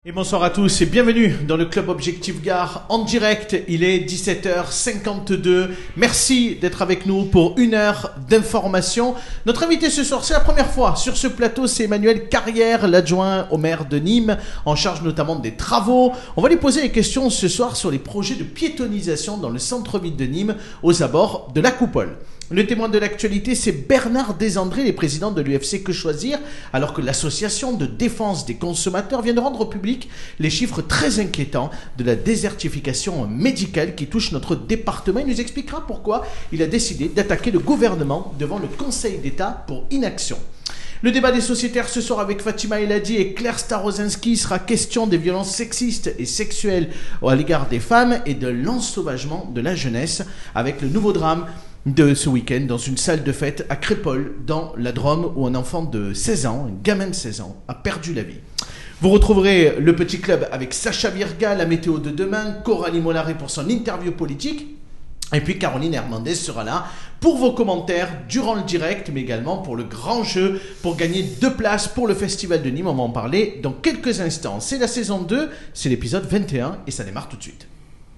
Et bonsoir à tous et bienvenue dans le Club Objectif Gare en direct. Il est 17h52. Merci d'être avec nous pour une heure d'information. Notre invité ce soir, c'est la première fois sur ce plateau, c'est Emmanuel Carrière, l'adjoint au maire de Nîmes, en charge notamment des travaux. On va lui poser des questions ce soir sur les projets de piétonisation dans le centre-ville de Nîmes, aux abords de la Coupole. Le témoin de l'actualité, c'est Bernard Desandré, le président de l'UFC Que Choisir, alors que l'association de défense des consommateurs vient de rendre public les chiffres très inquiétants de la désertification médicale qui touche notre département. Il nous expliquera pourquoi il a décidé d'attaquer le gouvernement devant le Conseil d'État pour inaction. Le débat des sociétaires ce soir avec Fatima Eladi et Claire Starosinski sera question des violences sexistes et sexuelles à l'égard des femmes et de l'ensauvagement de la jeunesse avec le nouveau drame de ce week-end dans une salle de fête à Crépol, dans la Drôme, où un enfant de 16 ans, un gamin de 16 ans, a perdu la vie. Vous retrouverez le petit club avec Sacha Virga, la météo de demain, Coralie Mollaret pour son interview politique, et puis Caroline Hernandez sera là pour vos commentaires durant le direct, mais également pour le grand jeu, pour gagner 2 places pour le Festival de Nîmes. On va en parler dans quelques instants. C'est la saison 2, c'est l'épisode 21, et ça démarre tout de suite.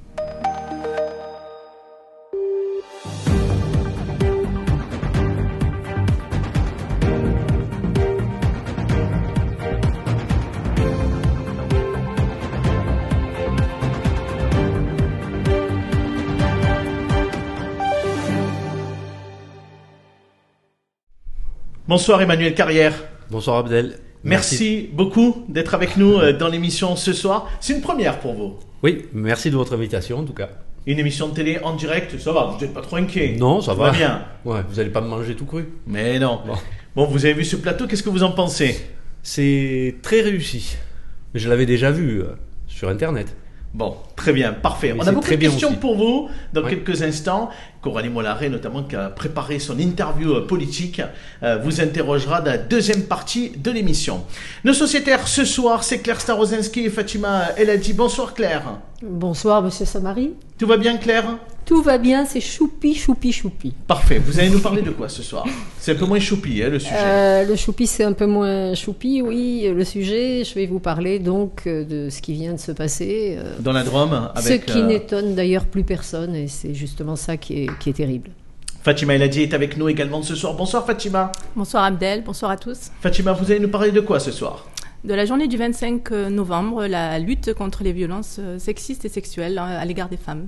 Bonsoir Emmanuel Carrière. Bonsoir Abdel. Merci beaucoup d'être avec nous dans l'émission ce soir. C'est une première pour vous. Oui, merci de votre invitation en tout cas. Une émission de télé en direct, ça va, vous n'êtes pas trop inquiet? Non, ça va. Bien. Ouais, vous n'allez pas me manger tout cru. Mais non. Bon, vous avez vu ce plateau, qu'est-ce que vous en pensez? C'est très réussi. Je l'avais déjà vu sur Internet. Bon, très bien, parfait. Mais on a beaucoup de questions aussi pour vous dans quelques instants. Coralie Mollaret, notamment, qui a préparé son interview politique, vous interrogera dans la deuxième partie de l'émission. Nos sociétaires ce soir, c'est Claire Starosinski et Fatima Eladi. Bonsoir Claire. Bonsoir Monsieur Samari. Tout va bien Claire? Tout va bien, c'est choupi, choupi, choupi. Parfait. Vous allez nous parler de quoi ce soir? C'est un peu moins choupi, le sujet. Le choupi, c'est un peu moins choupi, oui. Le sujet, je vais vous parler donc de ce qui vient de se passer. Dans la Drôme. Avec, ce qui n'étonne d'ailleurs plus personne, et c'est justement ça qui est terrible. Fatima Eladi est avec nous également ce soir. Bonsoir Fatima. Bonsoir Abdel, bonsoir à tous. Fatima, vous allez nous parler de quoi ce soir? De la journée du 25 novembre, la lutte contre les violences sexistes et sexuelles à l'égard des femmes.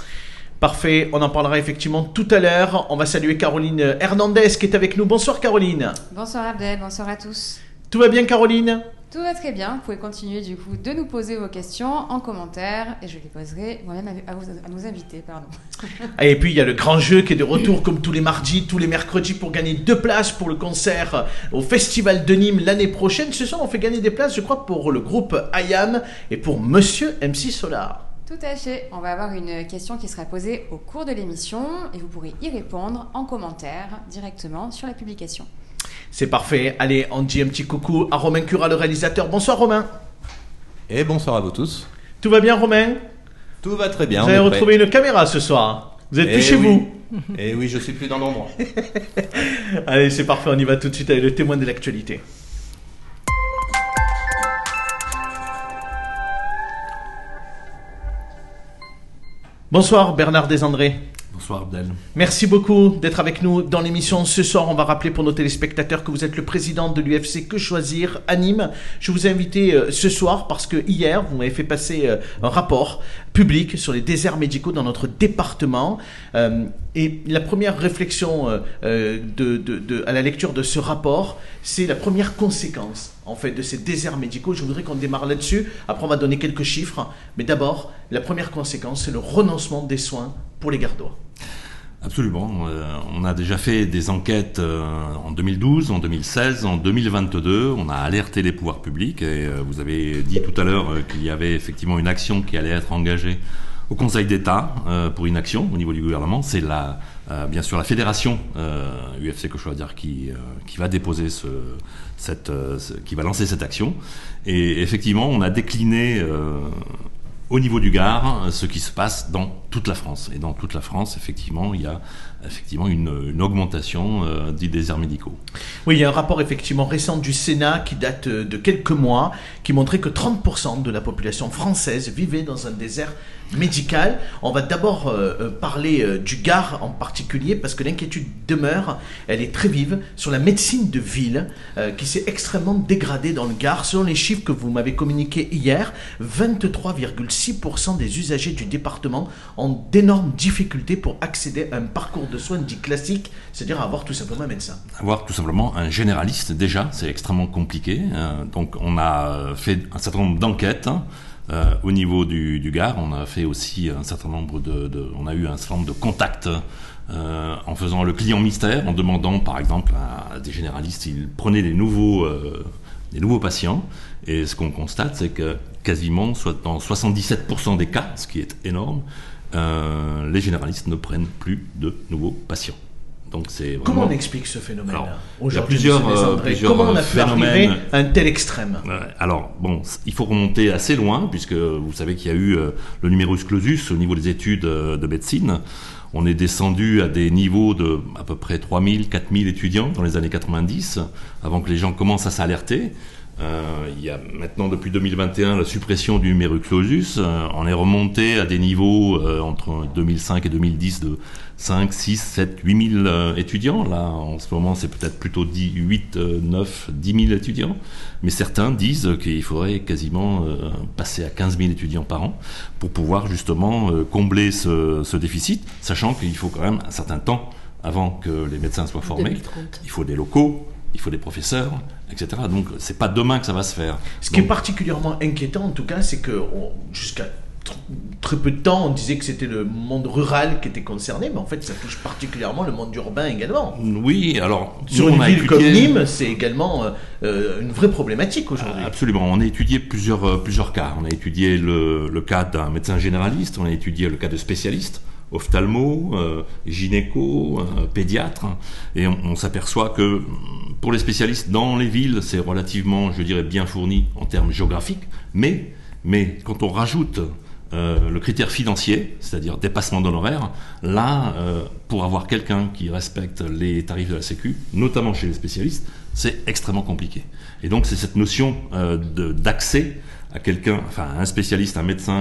Parfait, on en parlera effectivement tout à l'heure. On va saluer Caroline Hernandez qui est avec nous. Bonsoir Caroline. Bonsoir Abdel, bonsoir à tous. Tout va bien Caroline? Tout va très bien, vous pouvez continuer du coup de nous poser vos questions en commentaire et je les poserai moi-même à nos invités. Et puis il y a le grand jeu qui est de retour comme tous les mardis, tous les mercredis pour gagner 2 places pour le concert au Festival de Nîmes l'année prochaine. Ce soir on fait gagner des places je crois pour le groupe IAM et pour Monsieur MC Solar. Tout à fait, on va avoir une question qui sera posée au cours de l'émission et vous pourrez y répondre en commentaire directement sur la publication. C'est parfait. Allez, on dit un petit coucou à Romain Cura, le réalisateur. Bonsoir Romain. Et bonsoir à vous tous. Tout va bien Romain? Tout va très bien. Vous avez retrouvé une caméra ce soir. Vous êtes plus chez vous. Et oui, je suis plus dans l'ombre. Allez, c'est parfait. On y va tout de suite avec le témoin de l'actualité. Bonsoir Bernard Desandré. Bonsoir Abdel. Merci beaucoup d'être avec nous dans l'émission. Ce soir, on va rappeler pour nos téléspectateurs que vous êtes le président de l'UFC Que Choisir à Nîmes. Je vous ai invité ce soir parce que hier, vous m'avez fait passer un rapport public sur les déserts médicaux dans notre département. Et la première réflexion à la lecture de ce rapport, c'est la première conséquence en fait de ces déserts médicaux. Je voudrais qu'on démarre là-dessus. Après, on va donner quelques chiffres. Mais d'abord, la première conséquence, c'est le renoncement des soins pour les gardois. Absolument. On a déjà fait des enquêtes en 2012, en 2016, en 2022. On a alerté les pouvoirs publics et vous avez dit tout à l'heure qu'il y avait effectivement une action qui allait être engagée au Conseil d'État pour une action au niveau du gouvernement. C'est bien sûr la fédération UFC Que Choisir qui va déposer qui va lancer cette action. Et effectivement, on a décliné au niveau du Gard, ce qui se passe dans toute la France. Et dans toute la France, effectivement, il y a une augmentation des déserts médicaux. Oui, il y a un rapport effectivement récent du Sénat qui date de quelques mois, qui montrait que 30% de la population française vivait dans un désert médical. On va d'abord parler du Gard en particulier, parce que l'inquiétude demeure, elle est très vive, sur la médecine de ville, qui s'est extrêmement dégradée dans le Gard. Selon les chiffres que vous m'avez communiqués hier, 23,6% des usagers du département ont d'énormes difficultés pour accéder à un parcours de soins dit classique, c'est-à-dire avoir tout simplement un médecin. Avoir tout simplement un généraliste, déjà, c'est extrêmement compliqué. Donc on a fait un certain nombre d'enquêtes au niveau du Gard. On a fait aussi un certain nombre on a eu un certain nombre de contacts en faisant le client mystère, en demandant par exemple à des généralistes s'ils prenaient des nouveaux patients. Et ce qu'on constate, c'est que quasiment dans 77% des cas, ce qui est énorme, les généralistes ne prennent plus de nouveaux patients. Donc c'est vraiment... Comment on explique ce phénomène? Alors, il y a plusieurs comment on a pu phénomènes arriver à un tel extrême? Alors, bon, il faut remonter assez loin, puisque vous savez qu'il y a eu le numerus clausus au niveau des études de médecine. On est descendu à des niveaux de à peu près 3000, 4000 étudiants dans les années 90, avant que les gens commencent à s'alerter. Il y a maintenant, depuis 2021, la suppression du numerus clausus. On est remonté à des niveaux entre 2005 et 2010 de 5, 6, 7, 8 000 étudiants. Là, en ce moment, c'est peut-être plutôt 8, 9, 10 000 étudiants. Mais certains disent qu'il faudrait quasiment passer à 15 000 étudiants par an pour pouvoir justement combler ce déficit, sachant qu'il faut quand même un certain temps avant que les médecins soient formés. 2030. Il faut des locaux, il faut des professeurs, etc. Donc c'est pas demain que ça va se faire. Ce qui est particulièrement inquiétant en tout cas, c'est que jusqu'à très peu de temps, on disait que c'était le monde rural qui était concerné, mais en fait ça touche particulièrement le monde urbain également. Oui, alors... Sur une ville comme Nîmes, c'est également une vraie problématique aujourd'hui. Absolument, on a étudié plusieurs cas. On a étudié le cas d'un médecin généraliste, on a étudié le cas de spécialistes, ophtalmo, gynéco, pédiatre, et on s'aperçoit que pour les spécialistes dans les villes, c'est relativement, je dirais, bien fourni en termes géographiques, mais quand on rajoute le critère financier, c'est-à-dire dépassement d'honoraires, là, pour avoir quelqu'un qui respecte les tarifs de la Sécu, notamment chez les spécialistes, c'est extrêmement compliqué. Et donc c'est cette notion d'accès à quelqu'un, enfin à un spécialiste, un médecin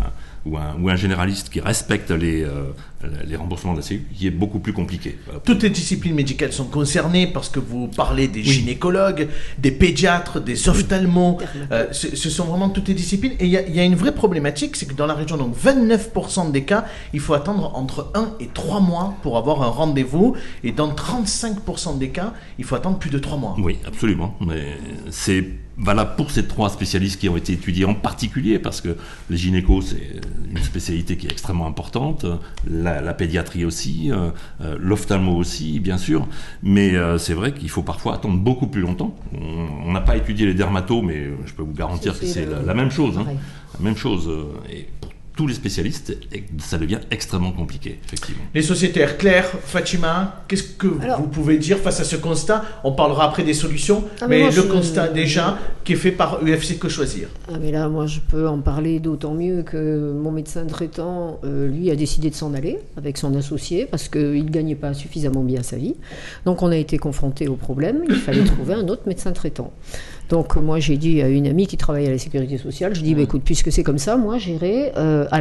ou un généraliste qui respecte les remboursements de la Sécu, qui est beaucoup plus compliqué. Voilà. Toutes les disciplines médicales sont concernées parce que vous parlez des gynécologues, des pédiatres, des ophtalmos. Ce sont vraiment toutes les disciplines. Et il y a une vraie problématique, c'est que dans la région, donc 29% des cas, il faut attendre entre 1 et 3 mois pour avoir un rendez-vous. Et dans 35% des cas, il faut attendre plus de 3 mois. Oui, absolument. Mais c'est valable pour ces 3 spécialistes qui ont été étudiés en particulier, parce que les gynécos, c'est une spécialité qui est extrêmement importante, la pédiatrie aussi, l'ophtalmo aussi, bien sûr, mais c'est vrai qu'il faut parfois attendre beaucoup plus longtemps. On n'a pas étudié les dermatos, mais je peux vous garantir que c'est la même chose. Hein, la même chose. Et pour tous les spécialistes, ça devient extrêmement compliqué, effectivement. Les sociétaires, Claire, Fatima, qu'est-ce que vous pouvez dire face à ce constat? On parlera après des solutions, mais le constat déjà qui est fait par UFC Que Choisir. Ah mais là, moi, je peux en parler d'autant mieux que mon médecin traitant, lui, a décidé de s'en aller avec son associé parce qu'il ne gagnait pas suffisamment bien sa vie. Donc, on a été confrontés au problème. Il fallait trouver un autre médecin traitant. Donc, moi, j'ai dit à une amie qui travaille à la Sécurité sociale, je dis, écoute, puisque c'est comme ça, moi, j'irai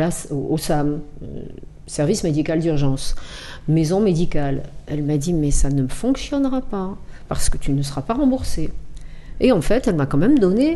au SAM, service médical d'urgence, maison médicale. Elle m'a dit, mais ça ne fonctionnera pas parce que tu ne seras pas remboursé. Et en fait, elle m'a quand même donné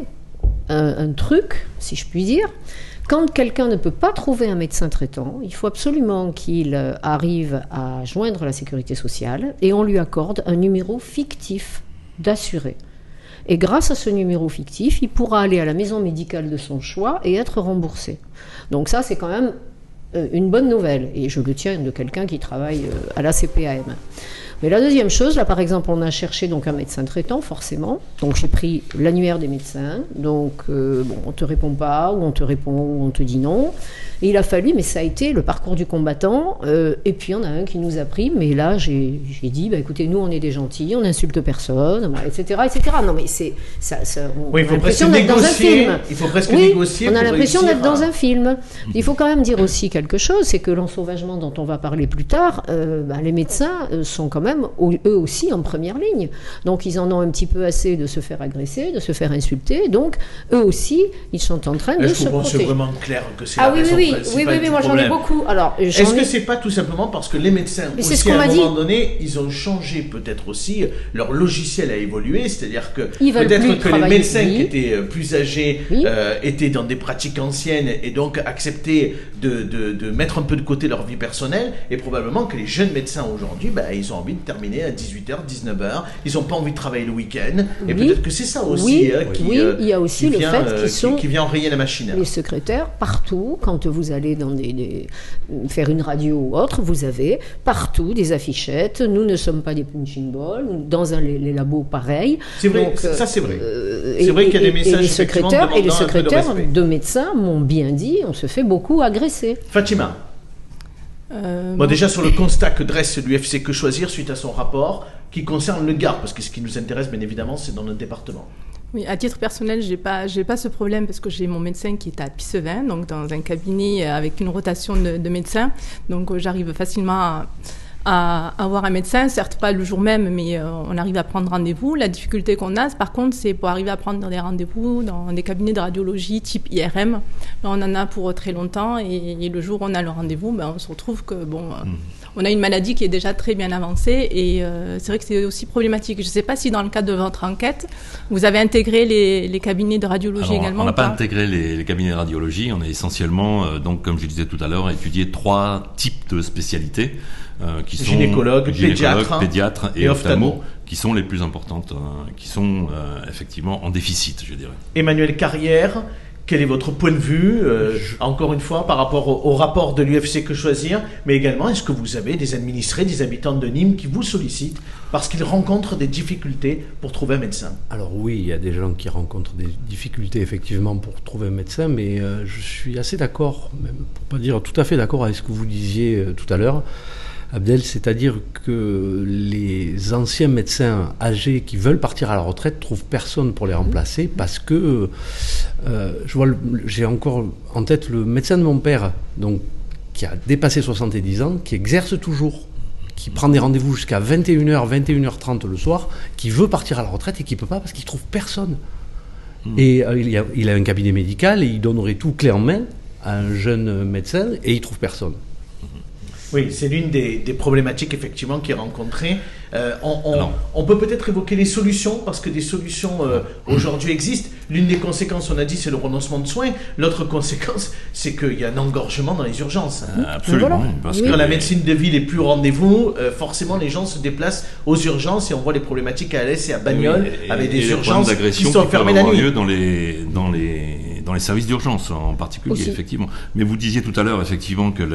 un truc, si je puis dire. Quand quelqu'un ne peut pas trouver un médecin traitant, il faut absolument qu'il arrive à joindre la Sécurité sociale et on lui accorde un numéro fictif d'assuré. Et grâce à ce numéro fictif, il pourra aller à la maison médicale de son choix et être remboursé. Donc ça, c'est quand même une bonne nouvelle. Et je le tiens de quelqu'un qui travaille à la CPAM. Mais la deuxième chose, là par exemple, on a cherché donc un médecin traitant, forcément. Donc j'ai pris l'annuaire des médecins. Donc on ne te répond pas, ou on te répond, ou on te dit non. il a fallu, mais ça a été le parcours du combattant. Et puis il y en a un qui nous a pris, mais là j'ai dit, écoutez, nous on est des gentils, on n'insulte personne, etc., etc. Non mais c'est ça. Oui, il faut presque négocier. Il faut presque négocier. On a l'impression d'être dans un film. Il faut quand même dire aussi quelque chose, c'est que l'ensauvagement dont on va parler plus tard, les médecins sont quand même eux aussi en première ligne. Donc ils en ont un petit peu assez de se faire agresser, de se faire insulter. Donc eux aussi, ils sont en train de se protéger. C'est vraiment clair que c'est la raison principale du moi j'en ai beaucoup. Alors, est-ce que c'est pas tout simplement parce que les médecins aussi à un moment donné, ils ont changé peut-être aussi, leur logiciel a évolué, c'est-à-dire que peut-être que les médecins qui étaient plus âgés étaient dans des pratiques anciennes et donc acceptaient de mettre un peu de côté leur vie personnelle, et probablement que les jeunes médecins aujourd'hui, ils ont envie de terminer à 18h, 19h, ils n'ont pas envie de travailler le week-end, et peut-être que c'est ça aussi il y a aussi le fait qui vient enrayer la machine. Les secrétaires, partout, quand vous allez dans faire une radio ou autre, vous avez partout des affichettes, nous ne sommes pas des punching balls, dans les labos pareil. C'est vrai, donc, ça c'est vrai. C'est vrai qu'il y a des messages et les secrétaires de médecins m'ont bien dit, on se fait beaucoup agresser. Fatima. Déjà sur le constat que dresse l'UFC Que Choisir suite à son rapport qui concerne le Gard, parce que ce qui nous intéresse bien évidemment c'est dans notre département. Oui, à titre personnel, j'ai pas ce problème parce que j'ai mon médecin qui est à Pissevin, donc dans un cabinet avec une rotation de médecins, donc j'arrive facilement à avoir un médecin, certes pas le jour même, mais on arrive à prendre rendez-vous. La difficulté qu'on a, par contre, c'est pour arriver à prendre des rendez-vous dans des cabinets de radiologie type IRM. Là, on en a pour très longtemps et le jour où on a le rendez-vous, on se retrouve que on a une maladie qui est déjà très bien avancée et c'est vrai que c'est aussi problématique. Je ne sais pas si dans le cadre de votre enquête, vous avez intégré les cabinets de radiologie également. On n'a pas intégré les cabinets de radiologie. On a essentiellement, donc comme je disais tout à l'heure, étudié 3 types de spécialités. Qui sont gynécologue, pédiatre et ophtalmo, qui sont les plus importantes, qui sont effectivement en déficit, je dirais. Emmanuel Carrière, quel est votre point de vue, encore une fois, par rapport au rapport de l'UFC Que Choisir, mais également, est-ce que vous avez des administrés, des habitants de Nîmes qui vous sollicitent parce qu'ils rencontrent des difficultés pour trouver un médecin? Alors oui, il y a des gens qui rencontrent des difficultés effectivement pour trouver un médecin, mais je suis assez d'accord, même pour pas dire tout à fait d'accord avec ce que vous disiez tout à l'heure, Abdel, c'est-à-dire que les anciens médecins âgés qui veulent partir à la retraite trouvent personne pour les remplacer parce que j'ai encore en tête le médecin de mon père, donc qui a dépassé 70 ans, qui exerce toujours, qui prend des rendez-vous jusqu'à 21h, 21h30 le soir, qui veut partir à la retraite et qui ne peut pas parce qu'il ne trouve personne. Et il a un cabinet médical et il donnerait tout clé en main à un jeune médecin et il ne trouve personne. Oui, c'est l'une des problématiques effectivement qui est rencontrée. On peut peut-être évoquer les solutions, parce que des solutions aujourd'hui existent. L'une des conséquences, on a dit, c'est le renoncement de soins. L'autre conséquence, c'est qu'il y a un engorgement dans les urgences. Absolument. Voilà. Parce que quand la médecine de ville n'est plus au rendez-vous, forcément les gens se déplacent aux urgences et on voit les problématiques à Alès et à Bagnols avec des urgences qui sont fermées la nuit. Lieu dans les services d'urgence en particulier, aussi. Effectivement. Mais vous disiez tout à l'heure effectivement que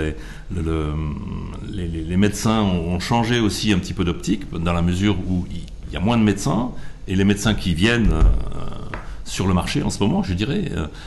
les médecins ont changé aussi un petit peu d'optique, dans la mesure où il y a moins de médecins, et les médecins qui viennent sur le marché en ce moment, je dirais,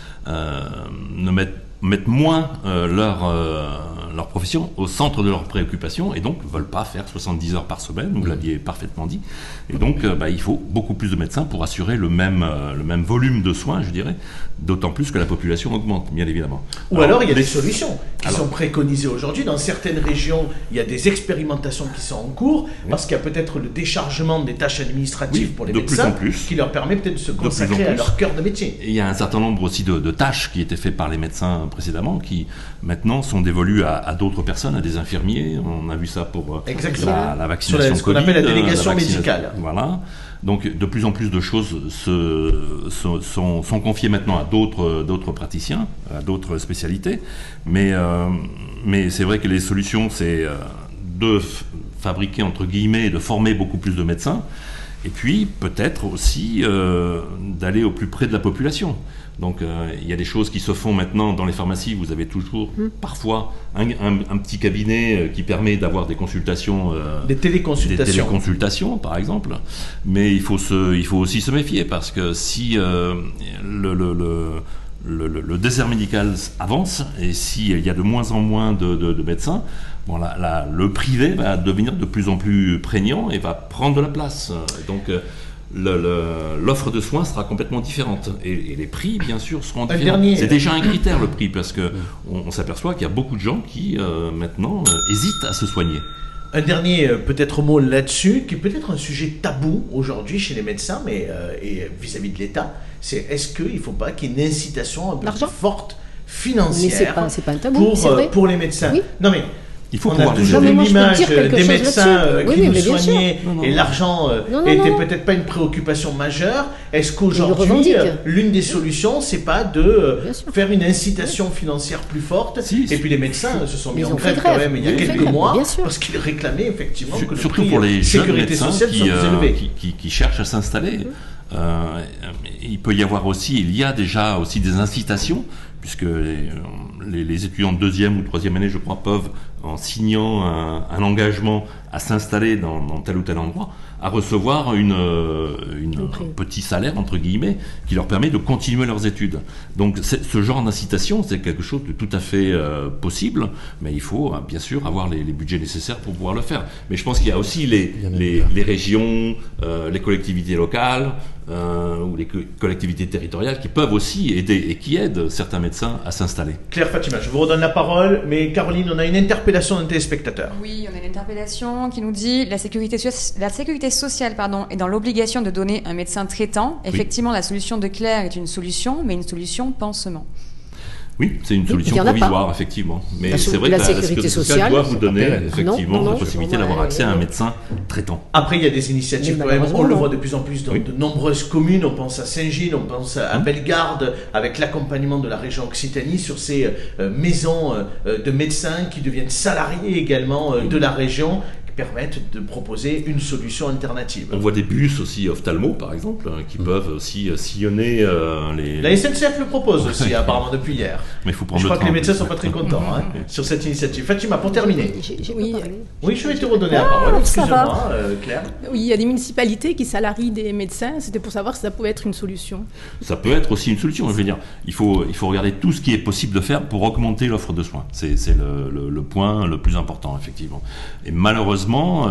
mettent moins leur profession au centre de leurs préoccupations et donc ne veulent pas faire 70 heures par semaine, vous l'aviez parfaitement dit. Et donc il faut beaucoup plus de médecins pour assurer le même volume de soins, je dirais, d'autant plus que la population augmente, bien évidemment. Alors il y a des solutions qui sont préconisées aujourd'hui. Dans certaines régions, il y a des expérimentations qui sont en cours, parce qu'il y a peut-être le déchargement des tâches administratives pour les médecins, qui leur permet peut-être de se consacrer à leur cœur de métier. Et il y a un certain nombre aussi de tâches qui étaient faites par les médecins précédemment, qui maintenant sont dévolues à d'autres personnes, à des infirmiers. On a vu ça pour la vaccination ce qu'on appelle la délégation médicale. Voilà. Donc de plus en plus de choses sont confiées maintenant à d'autres praticiens, à d'autres spécialités. Mais c'est vrai que les solutions, c'est de fabriquer, entre guillemets, de former beaucoup plus de médecins. Et puis peut-être aussi d'aller au plus près de la population. Donc il y a des choses qui se font maintenant dans les pharmacies. Vous avez toujours parfois un petit cabinet qui permet d'avoir des consultations, des téléconsultations par exemple. Mais il faut aussi se méfier, parce que si le désert médical avance, et s'il y a de moins en moins de médecins, bon, le privé va devenir de plus en plus prégnant et va prendre de la place. Donc l'offre de soins sera complètement différente. Et les prix, bien sûr, seront différents. C'est déjà un critère, le prix, parce qu'on s'aperçoit qu'il y a beaucoup de gens qui, maintenant, hésitent à se soigner. Un dernier peut-être mot là-dessus, qui est peut-être un sujet tabou aujourd'hui chez les médecins, mais et vis-à-vis de l'État, c'est est-ce qu'il ne faut pas qu'il y ait une incitation un peu plus forte financière c'est pas un tabou, pour les médecins. Oui. Non mais il faut on a toujours eu l'image des médecins qui nous soignaient et l'argent était peut-être pas une préoccupation majeure. Est-ce qu'aujourd'hui, l'une des solutions, c'est pas de faire une incitation financière plus forte? Et puis les médecins se sont mis en grève quand même il y a quelques mois parce qu'ils réclamaient effectivement que le surtout prix pour les sécurité jeunes sociale soit plus élevé. Qui cherchent à s'installer. Il peut y avoir aussi, il y a déjà aussi des incitations, puisque les étudiants de 2e ou 3e année, je crois, peuvent, en signant un engagement à s'installer dans tel ou tel endroit, à recevoir un petit salaire, entre guillemets, qui leur permet de continuer leurs études. Donc ce genre d'incitation, c'est quelque chose de tout à fait possible, mais il faut bien sûr avoir les budgets nécessaires pour pouvoir le faire. Mais je pense qu'il y a aussi les régions, les collectivités locales, ou les collectivités territoriales qui peuvent aussi aider et qui aident certains médecins à s'installer. Claire Fatima, je vous redonne la parole, mais Caroline, on a une interpellation d'un téléspectateur. Oui, on a une interpellation qui nous dit la sécurité sociale est dans l'obligation de donner un médecin traitant. Effectivement, la solution de Claire est une solution, mais une solution pansement. Oui, c'est une solution provisoire, effectivement. Mais c'est vrai que la sécurité sociale doit vous donner effectivement la possibilité d'avoir accès à un médecin traitant. Après, il y a des initiatives quand même, on le voit de plus en plus dans de nombreuses communes. On pense à Saint-Gilles, on pense à Bellegarde, avec l'accompagnement de la région Occitanie sur ces maisons de médecins qui deviennent salariés également de la région, permettent de proposer une solution alternative. On voit des bus aussi ophtalmo, par exemple, qui peuvent aussi sillonner les... La SNCF le propose aussi, apparemment, depuis hier. Mais faut prendre je crois que les médecins ne sont pas très contents sur cette initiative. Fatima, pour terminer. Oui, je vais te redonner la parole. Excusez-moi, Claire. Oui, il y a des municipalités qui salarient des médecins. C'était pour savoir si ça pouvait être une solution. Ça peut être aussi une solution. Je veux dire, il faut regarder tout ce qui est possible de faire pour augmenter l'offre de soins. C'est le point le plus important, effectivement. Et malheureusement,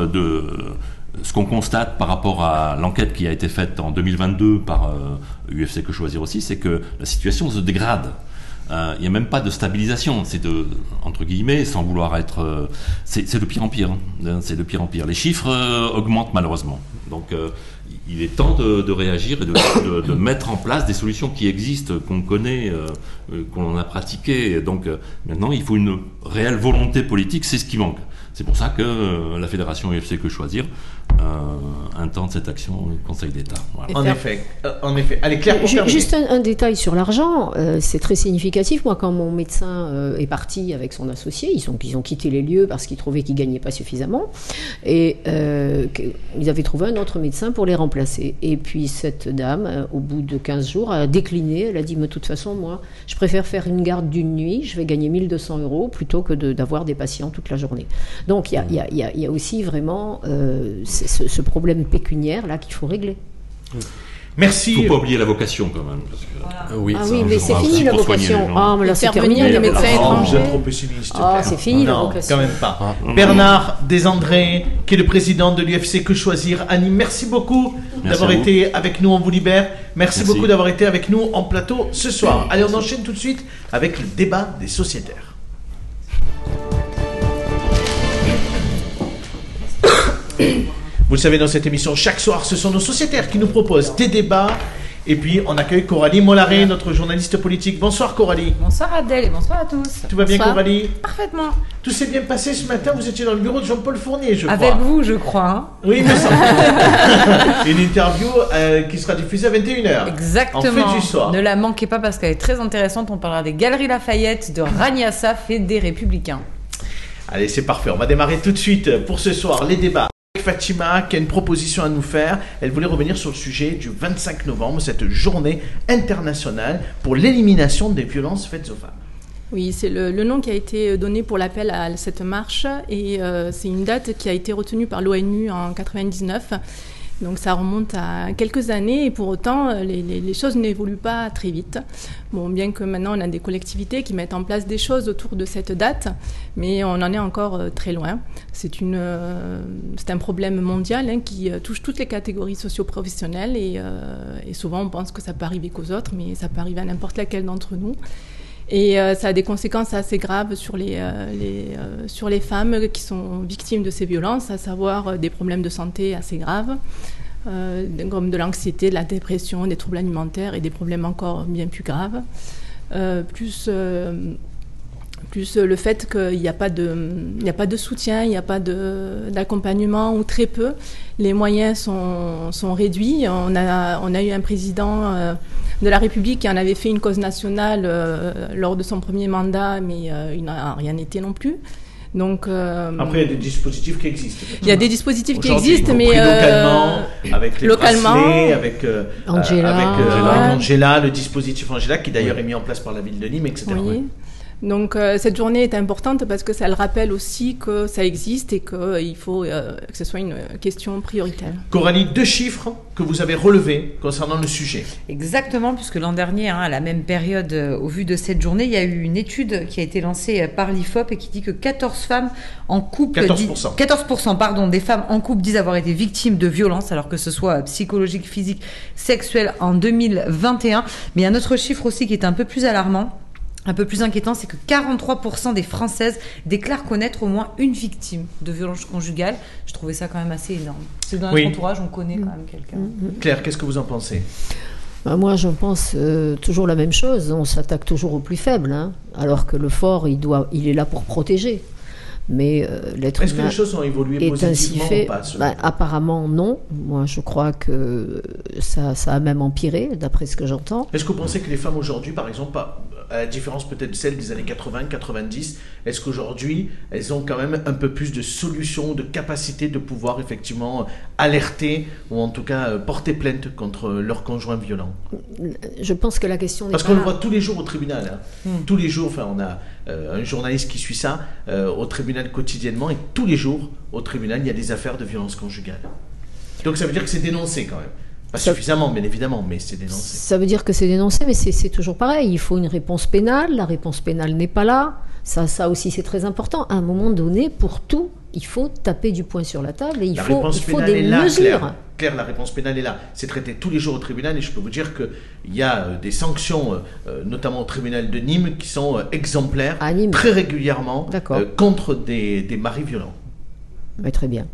ce qu'on constate par rapport à l'enquête qui a été faite en 2022 par UFC Que Choisir aussi, c'est que la situation se dégrade. Il n'y a même pas de stabilisation. C'est entre guillemets, sans vouloir être... c'est de pire en pire. C'est de pire en pire. Les chiffres augmentent malheureusement. Donc il est temps de réagir et de mettre en place des solutions qui existent, qu'on connaît, qu'on a pratiquées. Donc maintenant, il faut une réelle volonté politique, c'est ce qui manque. C'est pour ça que la Fédération UFC Que Choisir intente cette action au Conseil d'État. Voilà. En effet. Allez, Claire, pour terminer. Juste un détail sur l'argent, c'est très significatif. Moi, quand mon médecin est parti avec son associé, ils ont quitté les lieux parce qu'ils trouvaient qu'ils ne gagnaient pas suffisamment. Et ils avaient trouvé un autre médecin pour les remplacer. Et puis cette dame, au bout de 15 jours, a décliné. Elle a dit, mais de toute façon, moi, je préfère faire une garde d'une nuit. Je vais gagner 1 200 € plutôt que d'avoir des patients toute la journée. Donc il y a aussi vraiment ce problème pécuniaire là qu'il faut régler. Merci. Il ne faut pas oublier la vocation quand même. Parce que, voilà. Oui, mais c'est fini la vocation. Ah, mais là c'est terminé les médecins étrangers. Vous êtes trop pessimiste. C'est fini la vocation. Quand même pas. Bernard Desandré, qui est le président de l'UFC Que Choisir, Annie, merci beaucoup d'avoir été avec nous. On vous libère. Merci beaucoup d'avoir été avec nous en plateau ce soir. Allez, on enchaîne tout de suite avec le débat des sociétaires. Vous le savez, dans cette émission, chaque soir, ce sont nos sociétaires qui nous proposent des débats. Et puis, on accueille Coralie Mollaré, notre journaliste politique. Bonsoir, Coralie. Bonsoir, Adèle, et bonsoir à tous. Tout va bien, Coralie? Parfaitement. Tout s'est bien passé ce matin. Vous étiez dans le bureau de Jean-Paul Fournier, je crois. Avec vous, je crois. Hein. Oui, mais ça. Une interview qui sera diffusée à 21h. Exactement. En fait du soir. Ne la manquez pas parce qu'elle est très intéressante. On parlera des Galeries Lafayette, de Ragnassaf et des Républicains. Allez, c'est parfait. On va démarrer tout de suite pour ce soir les débats. Fatima qui a une proposition à nous faire. Elle voulait revenir sur le sujet du 25 novembre, cette journée internationale pour l'élimination des violences faites aux femmes. Oui, c'est le nom qui a été donné pour l'appel à cette marche et c'est une date qui a été retenue par l'ONU en 1999 Donc ça remonte à quelques années et pour autant, les choses n'évoluent pas très vite. Bon, bien que maintenant on a des collectivités qui mettent en place des choses autour de cette date, mais on en est encore très loin. C'est un problème mondial qui touche toutes les catégories socio-professionnelles et souvent on pense que ça peut arriver qu'aux autres, mais ça peut arriver à n'importe laquelle d'entre nous. Et ça a des conséquences assez graves sur les femmes qui sont victimes de ces violences, à savoir des problèmes de santé assez graves, comme de l'anxiété, de la dépression, des troubles alimentaires et des problèmes encore bien plus graves. Plus le fait qu'il n'y a pas de soutien, il n'y a pas d'accompagnement ou très peu. Les moyens sont réduits. On a eu un président de la République qui en avait fait une cause nationale lors de son premier mandat, mais il n'a rien été non plus. Donc, après, il y a des dispositifs qui existent. Il y a des dispositifs qui existent, mais localement, avec les bracelets, avec Angela. Angela, le dispositif Angela, qui d'ailleurs est mis en place par la ville de Nîmes, etc. Oui. Ouais. Donc cette journée est importante parce que ça le rappelle aussi que ça existe et qu'il faut que ce soit une question prioritaire. Coralie, 2 chiffres que vous avez relevés concernant le sujet. Exactement, puisque l'an dernier, à la même période, au vu de cette journée, il y a eu une étude qui a été lancée par l'IFOP et qui dit que 14 femmes en couple... 14%, des femmes en couple disent avoir été victimes de violences, alors que ce soit psychologique, physique, sexuelle en 2021. Mais il y a un autre chiffre aussi qui est un peu plus alarmant. Un peu plus inquiétant, c'est que 43% des Françaises déclarent connaître au moins une victime de violence conjugale. Je trouvais ça quand même assez énorme. C'est dans notre entourage, on connaît quand même quelqu'un. Claire, qu'est-ce que vous en pensez ? Moi, je pense toujours la même chose. On s'attaque toujours au plus faible, alors que le fort, il est là pour protéger. Mais l'être Est-ce que humain les choses ont évolué est positivement ainsi fait. ou pas Apparemment, non. Moi, je crois que ça a même empiré, d'après ce que j'entends. Est-ce que vous pensez que les femmes aujourd'hui, par exemple, à la différence peut-être de celle des années 80, 90, est-ce qu'aujourd'hui, elles ont quand même un peu plus de solutions, de capacité de pouvoir effectivement alerter ou en tout cas porter plainte contre leur conjoint violent ? Je pense que la question n'est Parce pas qu'on le là. voit tous les jours au tribunal. Tous les jours, on a un journaliste qui suit ça au tribunal quotidiennement et tous les jours au tribunal, il y a des affaires de violence conjugale. Donc ça veut dire que c'est dénoncé quand même. Pas suffisamment, bien évidemment, mais c'est dénoncé. Ça veut dire que c'est dénoncé, mais c'est toujours pareil. Il faut une réponse pénale. La réponse pénale n'est pas là. Ça aussi, c'est très important. À un moment donné, pour tout, il faut taper du poing sur la table et il faut des mesures. Claire, la réponse pénale est là. C'est traité tous les jours au tribunal et je peux vous dire qu'il y a des sanctions, notamment au tribunal de Nîmes, qui sont exemplaires très régulièrement contre des maris violents. Mais très bien.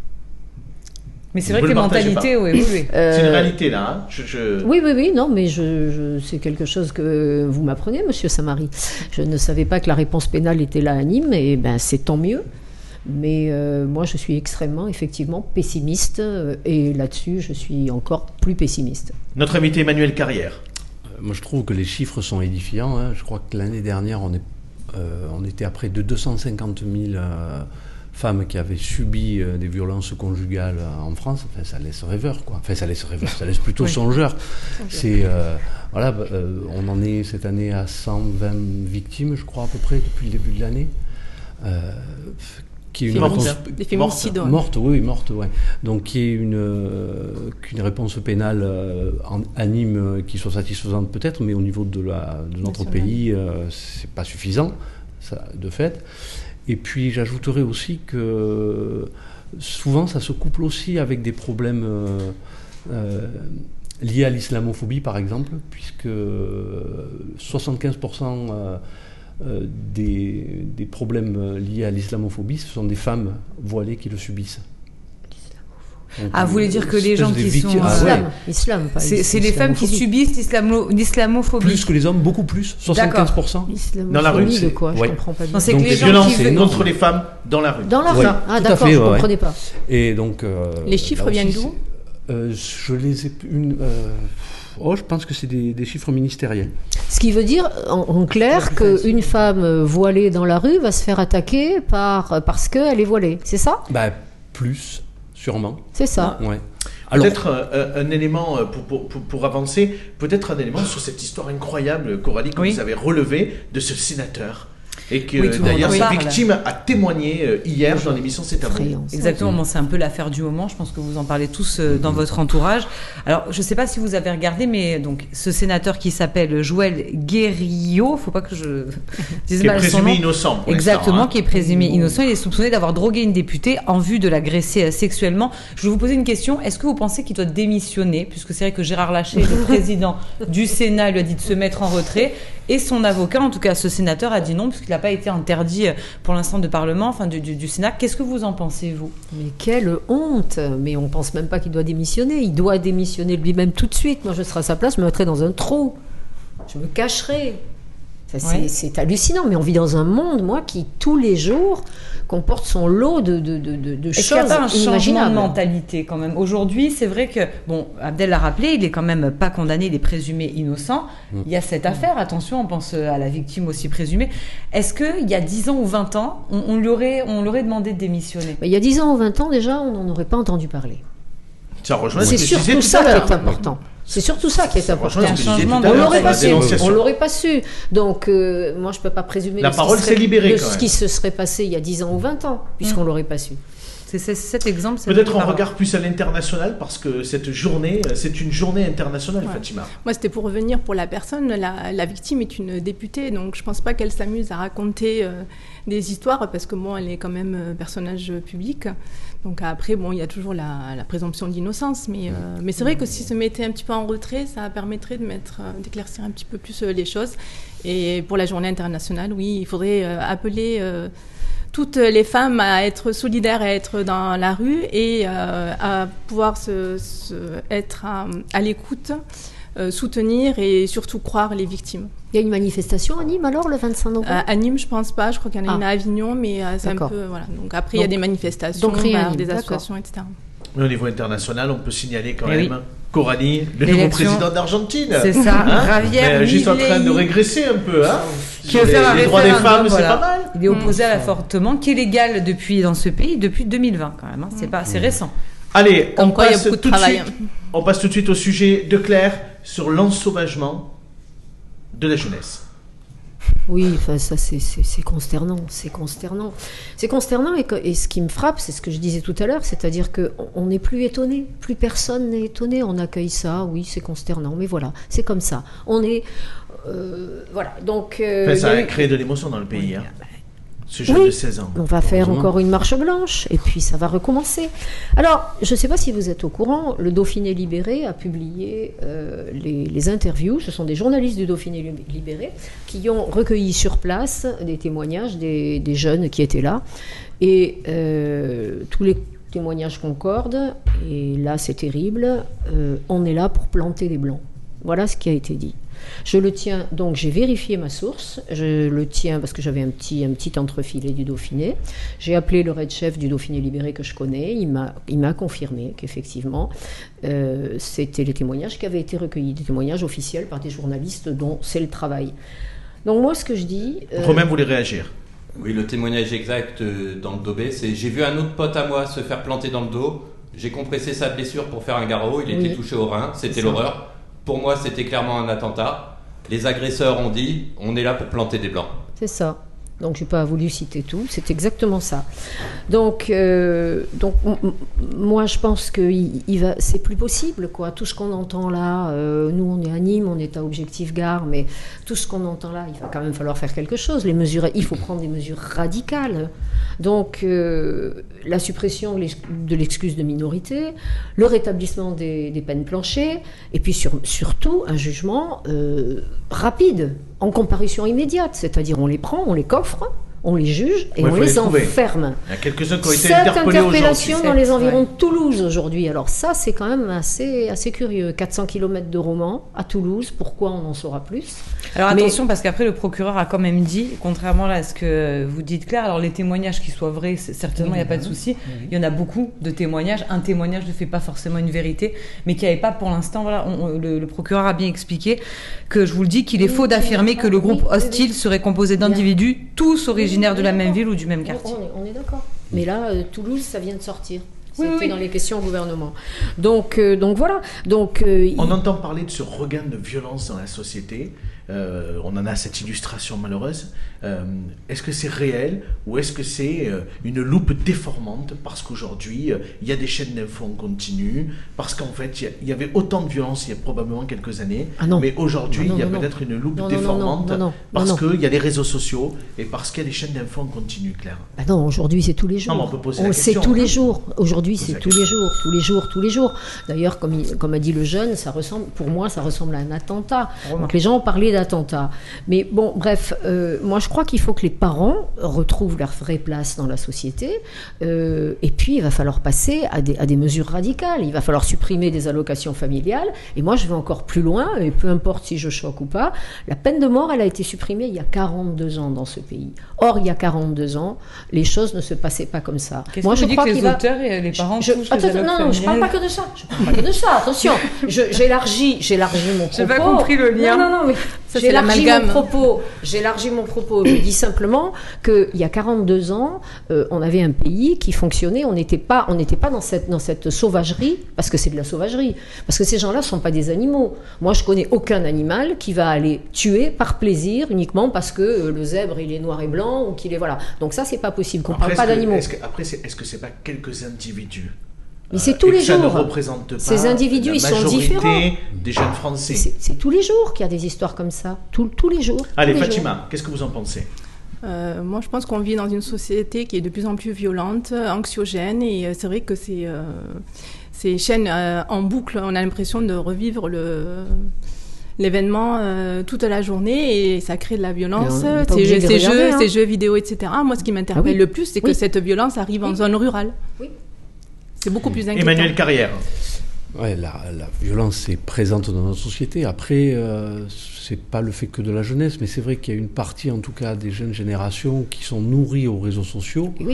Mais c'est vrai que les mentalités ont évolué. C'est une réalité là. Oui, non, mais c'est quelque chose que vous m'apprenez, Monsieur Samary. Je ne savais pas que la réponse pénale était là à Nîmes, et c'est tant mieux. Mais moi, je suis extrêmement, effectivement, pessimiste, et là-dessus, je suis encore plus pessimiste. Notre invité Emmanuel Carrière. Moi, je trouve que les chiffres sont édifiants. Je crois que l'année dernière, on était à près de 250 000 femmes qui avaient subi des violences conjugales en France. Enfin, ça laisse rêveur, quoi. Enfin, ça laisse plutôt songeur. On en est cette année à 120 victimes, je crois, à peu près, depuis le début de l'année. Qui est une réponse des féminicides morte, ouais. Donc qui est une réponse pénale à Nîmes qui soit satisfaisante peut-être, mais au niveau de notre pays, c'est pas suffisant, ça, de fait. Et puis j'ajouterais aussi que souvent ça se couple aussi avec des problèmes liés à l'islamophobie par exemple, puisque 75% des problèmes liés à l'islamophobie, ce sont des femmes voilées qui le subissent. Donc, vous voulez dire que les gens qui sont... Islam, pas c'est les femmes qui subissent l'islamophobie. Plus que les hommes, beaucoup plus, 75%. Dans la rue, de quoi je comprends pas bien. Non, c'est donc que les les violences gens contre les femmes dans la rue. Dans la rue. Ah d'accord, fait, je ne comprenais pas. Et donc, les chiffres viennent d'où ? Je les ai... je pense que c'est des chiffres ministériels. Ce qui veut dire, en clair, qu'une femme voilée dans la rue va se faire attaquer parce qu'elle est voilée. C'est ça ? Plus, sûrement. C'est ça. Ouais. Alors, peut-être un élément pour avancer, peut-être un élément sur cette histoire incroyable, Coralie, que vous avez relevée de ce sénateur Et que d'ailleurs sa victime a témoigné hier dans l'émission C'est à vous. Exactement, bon, c'est un peu l'affaire du moment, je pense que vous en parlez tous dans votre entourage. Alors je ne sais pas si vous avez regardé, mais donc ce sénateur qui s'appelle Joël Guerriau, faut pas que je dise mal son nom. Qui est présumé innocent. Exactement, qui est présumé innocent. Il est soupçonné d'avoir drogué une députée en vue de l'agresser sexuellement. Je vais vous poser une question, est-ce que vous pensez qu'il doit démissionner, puisque c'est vrai que Gérard Larcher, le président du Sénat, lui a dit de se mettre en retrait, et son avocat, en tout cas ce sénateur, a dit non, puisqu'il n'a pas été interdit pour l'instant de Parlement, enfin du Sénat. Qu'est-ce que vous en pensez, vous ? Mais quelle honte ! Mais on ne pense même pas qu'il doit démissionner. Il doit démissionner lui-même tout de suite. Moi, je serais à sa place, je me mettrais dans un trou. Je me cacherais. C'est hallucinant, mais on vit dans un monde, moi, qui tous les jours comporte son lot de choses inimaginables. Est-ce qu'il n'y a pas un changement de mentalité quand même ? Aujourd'hui, c'est vrai que, bon, Abdel l'a rappelé, il est quand même pas condamné, il est présumé innocent. Il y a cette affaire, attention, on pense à la victime aussi présumée. Est-ce qu'il y a 10 ans ou 20 ans, on lui aurait demandé de démissionner ? Il y a 10 ans ou 20 ans, déjà, on n'en aurait pas entendu parler. Ça rejoint c'est surtout ça qui est important. C'est surtout ça qui est important. On l'aurait pas su. Donc, moi, je peux pas présumer la parole s'est libérée de ce qui se serait passé il y a 10 ans ou 20 ans, puisqu'on l'aurait pas su. C'est cet exemple. Peut-être on regarde plus à l'international parce que cette journée, c'est une journée internationale, Fatima. Moi, c'était pour revenir pour la personne. La victime est une députée, donc je pense pas qu'elle s'amuse à raconter des histoires parce que bon, elle est quand même personnage public. Donc après, bon, il y a toujours la présomption d'innocence, mais c'est vrai que s'il se mettait un petit peu en retrait, ça permettrait d'éclaircir un petit peu plus les choses. Et pour la journée internationale, oui, il faudrait appeler toutes les femmes à être solidaires, à être dans la rue et à pouvoir être à l'écoute, soutenir et surtout croire les victimes. Il y a une manifestation à Nîmes alors le 25 novembre À Nîmes, je pense pas. Je crois qu'il y en a une à Avignon, mais c'est un peu voilà. Donc après, il y a des manifestations, des associations, etc. Mais au niveau international, on peut signaler quand même Corani, le nouveau président d'Argentine. C'est ça, Javier juste en train de régresser un peu, hein. Qui veut faire les droits des femmes, c'est pas mal. Il est opposé à l'avortement, qui est légal dans ce pays depuis 2020 quand même. Hein. C'est récent. Allez, on passe tout de suite au sujet de Claire sur l'ensauvagement de la jeunesse. Oui, enfin ça c'est consternant, c'est consternant. C'est consternant et ce qui me frappe, c'est ce que je disais tout à l'heure, c'est-à-dire qu'on n'est plus étonné, plus personne n'est étonné, on accueille ça, oui c'est consternant, mais voilà, c'est comme ça. On est... voilà, donc... ça a créé de l'émotion dans le pays, hein. Ce jeune de 16 ans. On va faire encore une marche blanche et puis ça va recommencer. Alors, je ne sais pas si vous êtes au courant, le Dauphiné Libéré a publié les interviews. Ce sont des journalistes du Dauphiné Libéré qui ont recueilli sur place des témoignages des jeunes qui étaient là. Et tous les témoignages concordent. Et là, c'est terrible. On est là pour planter les blancs. Voilà ce qui a été dit. Je le tiens, donc j'ai vérifié ma source, je le tiens parce que j'avais un petit entrefilet du Dauphiné. J'ai appelé le Red Chef du Dauphiné Libéré que je connais, il m'a confirmé qu'effectivement c'était les témoignages qui avaient été recueillis, des témoignages officiels par des journalistes dont c'est le travail. Donc moi ce que je dis... Romain voulait réagir. Oui, le témoignage exact dans le Daubé, c'est « J'ai vu un autre pote à moi se faire planter dans le dos, j'ai compressé sa blessure pour faire un garrot, il était touché au rein, c'était l'horreur. Pour moi, c'était clairement un attentat. Les agresseurs ont dit « On est là pour planter des blancs ». C'est ça. Donc, je n'ai pas voulu citer tout. C'est exactement ça. Donc moi, je pense que c'est plus possible, quoi. Tout ce qu'on entend là, nous, on est à Nîmes, on est à Objectif Gare, mais tout ce qu'on entend là, il va quand même falloir faire quelque chose. Il faut prendre des mesures radicales. Donc, la suppression de l'excuse de minorité, le rétablissement des peines planchées, et puis surtout un jugement rapide, en comparution immédiate. C'est-à-dire, on les prend, on les coffre, on les juge et on les enferme. Il y a quelques-uns qui ont été interpellés aujourd'hui. 7 interpellations dans les environs de Toulouse aujourd'hui. Alors ça, c'est quand même assez curieux. 400 km de Romans à Toulouse. Pourquoi on en saura plus ? Alors attention, parce qu'après, le procureur a quand même dit, contrairement à ce que vous dites, Claire, alors les témoignages qui soient vrais, certainement, il n'y a pas de souci. Il y en a beaucoup de témoignages. Un témoignage ne fait pas forcément une vérité, mais qui n'avait pas pour l'instant, voilà, le procureur a bien expliqué que, je vous le dis, qu'il est faux d'affirmer que le groupe hostile serait composé d'individus, tous originaires de la même ville ou du même quartier. On est d'accord. Mais là, Toulouse, ça vient de sortir. C'était dans les questions au gouvernement. Donc voilà. On entend parler de ce regain de violence dans la société. on en a cette illustration malheureuse. Est-ce que c'est réel ou est-ce que c'est une loupe déformante parce qu'aujourd'hui, il y a des chaînes d'infos en continu, parce qu'en fait, il y avait autant de violence il y a probablement quelques années, mais aujourd'hui, il y a peut-être une loupe déformante parce qu'il y a les réseaux sociaux et parce qu'il y a des chaînes d'infos en continu, Claire. Non, aujourd'hui, c'est tous les jours. Non, on peut poser la question. C'est tous les jours. Aujourd'hui, c'est tous les jours. D'ailleurs, comme a dit le jeune, pour moi, ça ressemble à un attentat. Donc les gens ont parlé d'attentat. Mais bon, bref, moi je crois qu'il faut que les parents retrouvent leur vraie place dans la société. Et puis, il va falloir passer à des mesures radicales. Il va falloir supprimer des allocations familiales. Et moi, je vais encore plus loin, et peu importe si je choque ou pas, la peine de mort, elle a été supprimée il y a 42 ans dans ce pays. Or, il y a 42 ans, les choses ne se passaient pas comme ça. Moi, je crois que les auteurs et les parents touchent les allocations familiales. Non, je ne parle pas que de ça. Attention, j'élargis mon propos. J'ai pas compris le lien. Non, mais j'élargis mon propos. Je dis simplement qu'il y a 42 ans, on avait un pays qui fonctionnait. On n'était pas dans cette sauvagerie, parce que c'est de la sauvagerie. Parce que ces gens-là ne sont pas des animaux. Moi, je connais aucun animal qui va aller tuer par plaisir, uniquement parce que le zèbre, il est noir et blanc, ou qu'il est... Voilà. Donc ça, c'est pas possible, qu'on ne parle pas d'animaux. Est-ce que c'est pas quelques individus? Mais c'est tous les jours. Ça ne représente pas ces individus, ils sont différents. Des jeunes Français. C'est tous les jours qu'il y a des histoires comme ça. Tous les jours. Allez, Fatima, qu'est-ce que vous en pensez? Moi, je pense qu'on vit dans une société qui est de plus en plus violente, anxiogène, et c'est vrai que ces chaînes en boucle, on a l'impression de revivre l'événement toute la journée, et ça crée de la violence, ces jeux vidéo, etc. Moi, ce qui m'interpelle le plus, c'est que cette violence arrive en zone rurale. Oui. C'est beaucoup plus inquiétant. Emmanuel Carrière. Ouais, la violence est présente dans notre société. Après, c'est pas le fait que de la jeunesse, mais c'est vrai qu'il y a une partie, en tout cas, des jeunes générations qui sont nourries aux réseaux sociaux. Oui.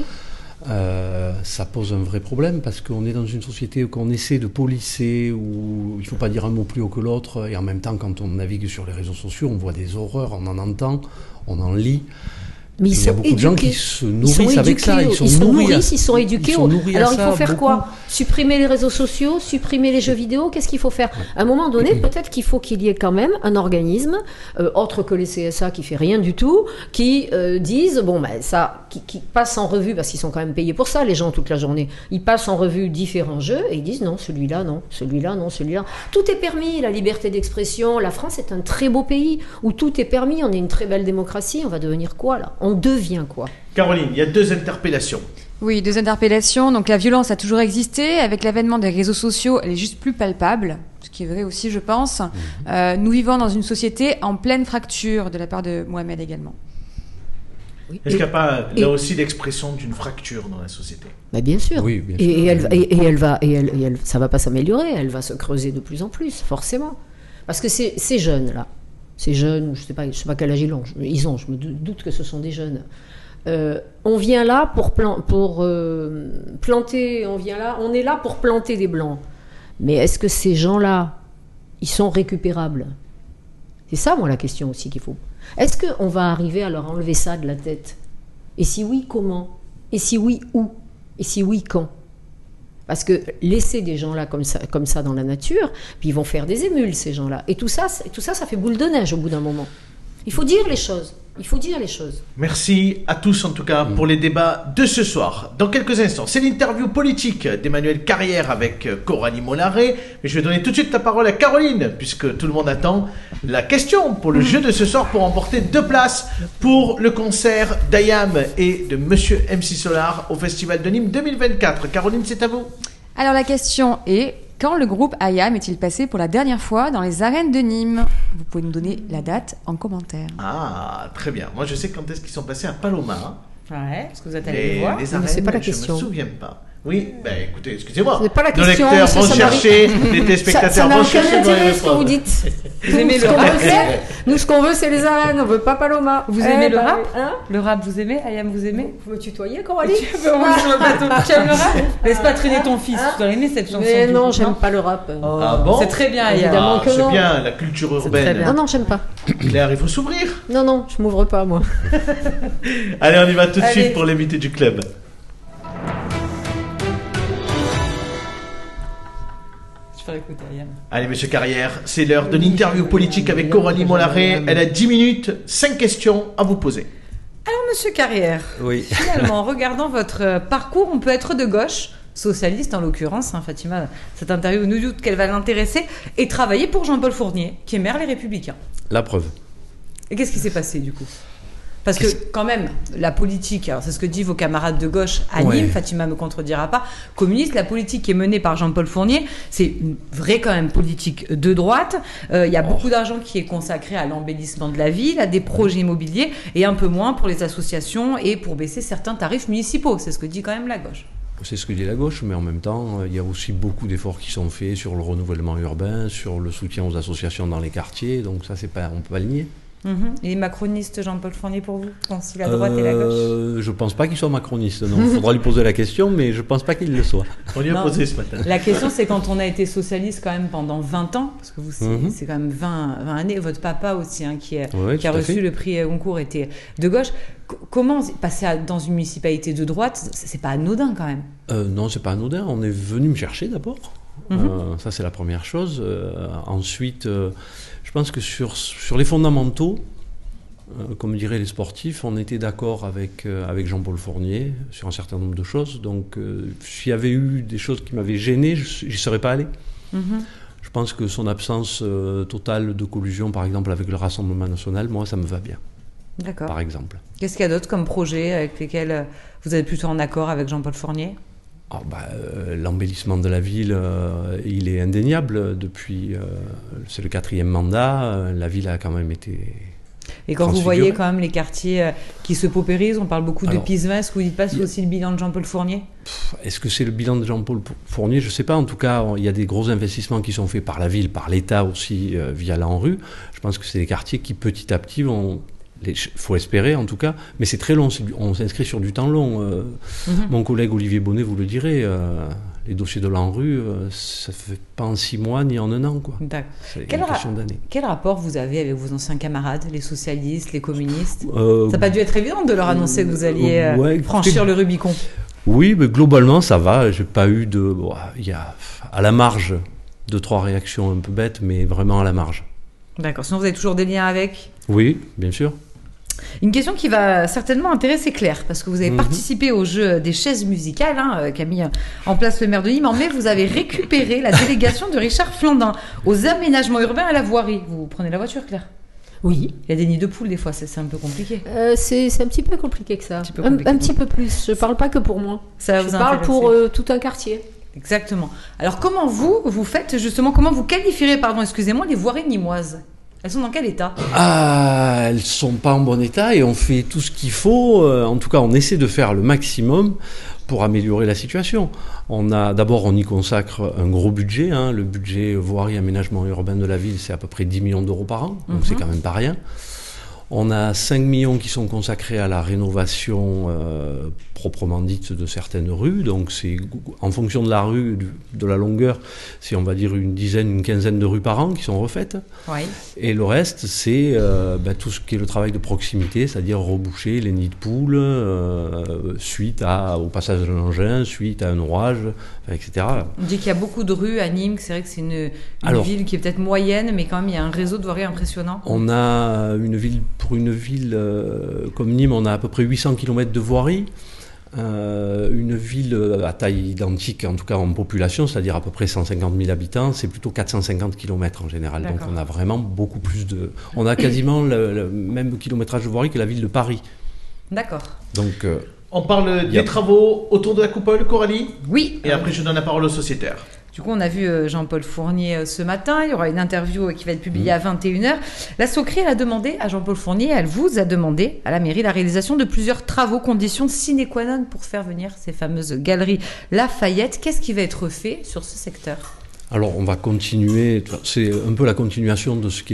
Ça pose un vrai problème parce qu'on est dans une société où on essaie de policer, où il ne faut pas dire un mot plus haut que l'autre, et en même temps, quand on navigue sur les réseaux sociaux, on voit des horreurs, on en entend, on en lit. Mais il y a beaucoup de gens qui se nourrissent avec ça. Ils sont éduqués. Alors il faut faire quoi? Supprimer les réseaux sociaux, supprimer les jeux vidéo. Qu'est-ce qu'il faut faire? À un moment donné, peut-être qu'il faut qu'il y ait quand même un organisme, autre que les CSA qui fait rien du tout, qui disent, qui passent en revue, parce qu'ils sont quand même payés pour ça, les gens, toute la journée. Ils passent en revue différents jeux et ils disent non, celui-là, non, celui-là, non, celui-là. Tout est permis, la liberté d'expression. La France est un très beau pays où tout est permis. On est une très belle démocratie. On va devenir quoi, là? On devient quoi? Caroline, il y a 2 interpellations. Oui, 2 interpellations. Donc la violence a toujours existé. Avec l'avènement des réseaux sociaux, elle est juste plus palpable, ce qui est vrai aussi, je pense. Nous vivons dans une société en pleine fracture, de la part de Mohamed également. Oui. Est-ce qu'il n'y a pas là aussi l'expression d'une fracture dans la société? Bien sûr. Oui, bien sûr. Et ça ne va pas s'améliorer, elle va se creuser de plus en plus, forcément. Parce que ces jeunes-là, ces jeunes, je ne sais pas quel âge ils ont, je me doute que ce sont des jeunes. On vient là pour planter, on est là pour planter des blancs. Mais est-ce que ces gens-là, ils sont récupérables? C'est ça, moi, la question aussi qu'il faut. Est-ce qu'on va arriver à leur enlever ça de la tête? Et si oui, comment? Et si oui, où? Et si oui, quand? Parce que laisser des gens là comme ça dans la nature, puis ils vont faire des émules, ces gens-là. Et tout ça, ça fait boule de neige au bout d'un moment. Il faut dire les choses. Merci à tous en tout cas pour les débats de ce soir. Dans quelques instants, c'est l'interview politique d'Emmanuel Carrière avec Coralie Mollaret. Mais je vais donner tout de suite la parole à Caroline, puisque tout le monde attend la question pour le jeu de ce soir pour remporter 2 places pour le concert d'Ayam et de Monsieur MC Solar au Festival de Nîmes 2024. Caroline, c'est à vous. Alors la question est... Quand le groupe Ayam est-il passé pour la dernière fois dans les arènes de Nîmes? Vous pouvez nous donner la date en commentaire. Ah, très bien. Moi, je sais quand est-ce qu'ils sont passés à Paloma. Ouais, parce que vous êtes allé les voir. Les arènes, c'est pas la question. Je ne me souviens pas. Oui, écoutez, excusez-moi. C'est pas la question. Nos lecteurs vont chercher, les téléspectateurs vont chercher dans les ce que vous dites. Vous aimez le rap? Nous, ce qu'on veut, c'est les arènes. On veut pas Paloma. Vous aimez le rap? Le rap, vous aimez? Ayam, vous aimez? Vous me tutoyez, Coralie? Tu aimes le rap? Laisse pas traîner ton fils. Tu dois aimer cette chanson. Mais non, j'aime pas le rap. Ah bon? C'est très bien, Ayam. Évidemment que non. C'est bien, la culture urbaine. Non, j'aime pas. Claire, il faut s'ouvrir. Non, je m'ouvre pas, moi. Allez, on y va tout de suite pour l'invité du club. écouter, Yann. Allez, monsieur Carrière, c'est l'heure de l'interview politique avec Coralie Mollaret. Elle a 10 minutes, 5 questions à vous poser. Alors, monsieur Carrière, finalement, en regardant votre parcours, on peut être de gauche, socialiste en l'occurrence, Fatima, cette interview nous doute qu'elle va l'intéresser, et travailler pour Jean-Paul Fournier, qui est maire Les Républicains. La preuve. Et qu'est-ce qui s'est passé du coup ? Parce que quand même, la politique, alors c'est ce que disent vos camarades de gauche à Nîmes, Fatima me contredira pas, communiste, la politique qui est menée par Jean-Paul Fournier, c'est une vraie quand même politique de droite. Il y a beaucoup d'argent qui est consacré à l'embellissement de la ville, à des projets immobiliers, et un peu moins pour les associations et pour baisser certains tarifs municipaux. C'est ce que dit quand même la gauche. C'est ce que dit la gauche, mais en même temps, il y a aussi beaucoup d'efforts qui sont faits sur le renouvellement urbain, sur le soutien aux associations dans les quartiers, donc ça, on ne peut pas le nier. Il est macroniste, Jean-Paul Fournier, pour vous, si la droite et la gauche? Je ne pense pas qu'il soit macroniste, non. Il faudra lui poser la question, mais je ne pense pas qu'il le soit. On lui a posé ce matin. La question, c'est quand on a été socialiste quand même pendant 20 ans, parce que vous, c'est quand même 20 années, votre papa aussi, qui a reçu le prix Goncourt, était de gauche. Comment passer dans une municipalité de droite, c'est pas anodin quand même? Non, c'est pas anodin. On est venu me chercher d'abord. Ça, c'est la première chose. Ensuite, je pense que sur les fondamentaux, comme diraient les sportifs, on était d'accord avec Jean-Paul Fournier sur un certain nombre de choses. Donc, s'il y avait eu des choses qui m'avaient gêné, je n'y serais pas allé. Je pense que son absence totale de collusion, par exemple, avec le Rassemblement national, moi, ça me va bien. D'accord. Par exemple. Qu'est-ce qu'il y a d'autre comme projet avec lesquels vous êtes plutôt en accord avec Jean-Paul Fournier? L'embellissement de la ville, il est indéniable. Depuis, c'est le 4e mandat, la ville a quand même été... Et quand vous voyez quand même les quartiers qui se paupérisent, on parle beaucoup de Pisevin, est-ce que vous ne dites pas que c'est aussi le bilan de Jean-Paul Fournier? Est-ce que c'est le bilan de Jean-Paul Fournier? Je ne sais pas. En tout cas, il y a des gros investissements qui sont faits par la ville, par l'État aussi, via l'ANRU. Je pense que c'est des quartiers qui, petit à petit, vont... Il faut espérer en tout cas, mais c'est très long, on s'inscrit sur du temps long. Mon collègue Olivier Bonnet vous le dirait, les dossiers de l'ANRU, ça ne fait pas en 6 mois ni en 1 an. D'accord. C'est une question d'année. Quel rapport vous avez avec vos anciens camarades, les socialistes, les communistes? Ça n'a pas dû être évident de leur annoncer que vous alliez franchir le Rubicon. Oui, mais globalement ça va, j'ai pas eu de... il y a à la marge 2-3 réactions un peu bêtes, mais vraiment à la marge. D'accord, sinon vous avez toujours des liens avec? Oui, bien sûr. Une question qui va certainement intéresser Claire, parce que vous avez participé au jeu des chaises musicales, qu'a mis en place le maire de Nîmes, mais vous avez récupéré la délégation de Richard Flandin aux aménagements urbains à la voirie. Vous prenez la voiture, Claire? Oui. Il y a des nids de poules des fois, c'est un peu compliqué. C'est un petit peu compliqué que ça. Un petit peu plus. Je ne parle pas que pour moi. Ça je parle pour tout un quartier. Exactement. Alors comment vous faites justement, comment vous qualifierez, les voiries nîmoises? Elles sont dans quel état? Elles ne sont pas en bon état et on fait tout ce qu'il faut. En tout cas, on essaie de faire le maximum pour améliorer la situation. On y consacre un gros budget. Le budget voirie aménagement urbain de la ville, c'est à peu près 10 millions d'euros par an. Donc c'est quand même pas rien. On a 5 millions qui sont consacrés à la rénovation proprement dite de certaines rues. Donc c'est en fonction de la rue, de la longueur, c'est on va dire une quinzaine de rues par an qui sont refaites. Oui. Et le reste, c'est tout ce qui est le travail de proximité, c'est-à-dire reboucher les nids de poules suite au passage de l'engin, suite à un orage, etc. On dit qu'il y a beaucoup de rues à Nîmes, c'est vrai que c'est une ville qui est peut-être moyenne, mais quand même il y a un réseau de voiries impressionnant. On a pour une ville comme Nîmes, on a à peu près 800 km de voirie. Une ville à taille identique, en tout cas en population, c'est-à-dire à peu près 150 000 habitants, c'est plutôt 450 km en général. D'accord. Donc on a vraiment beaucoup plus de... On a quasiment le même kilométrage de voirie que la ville de Paris. D'accord. Donc... on parle des travaux autour de la coupole, Coralie? Oui. Et après je donne la parole aux sociétaires. Du coup, on a vu Jean-Paul Fournier ce matin. Il y aura une interview qui va être publiée à 21h. La Socri, elle a demandé à Jean-Paul Fournier, elle vous a demandé à la mairie la réalisation de plusieurs travaux, conditions sine qua non pour faire venir ces fameuses galeries Lafayette. Qu'est-ce qui va être fait sur ce secteur? Alors, on va continuer. C'est un peu la continuation de ce qui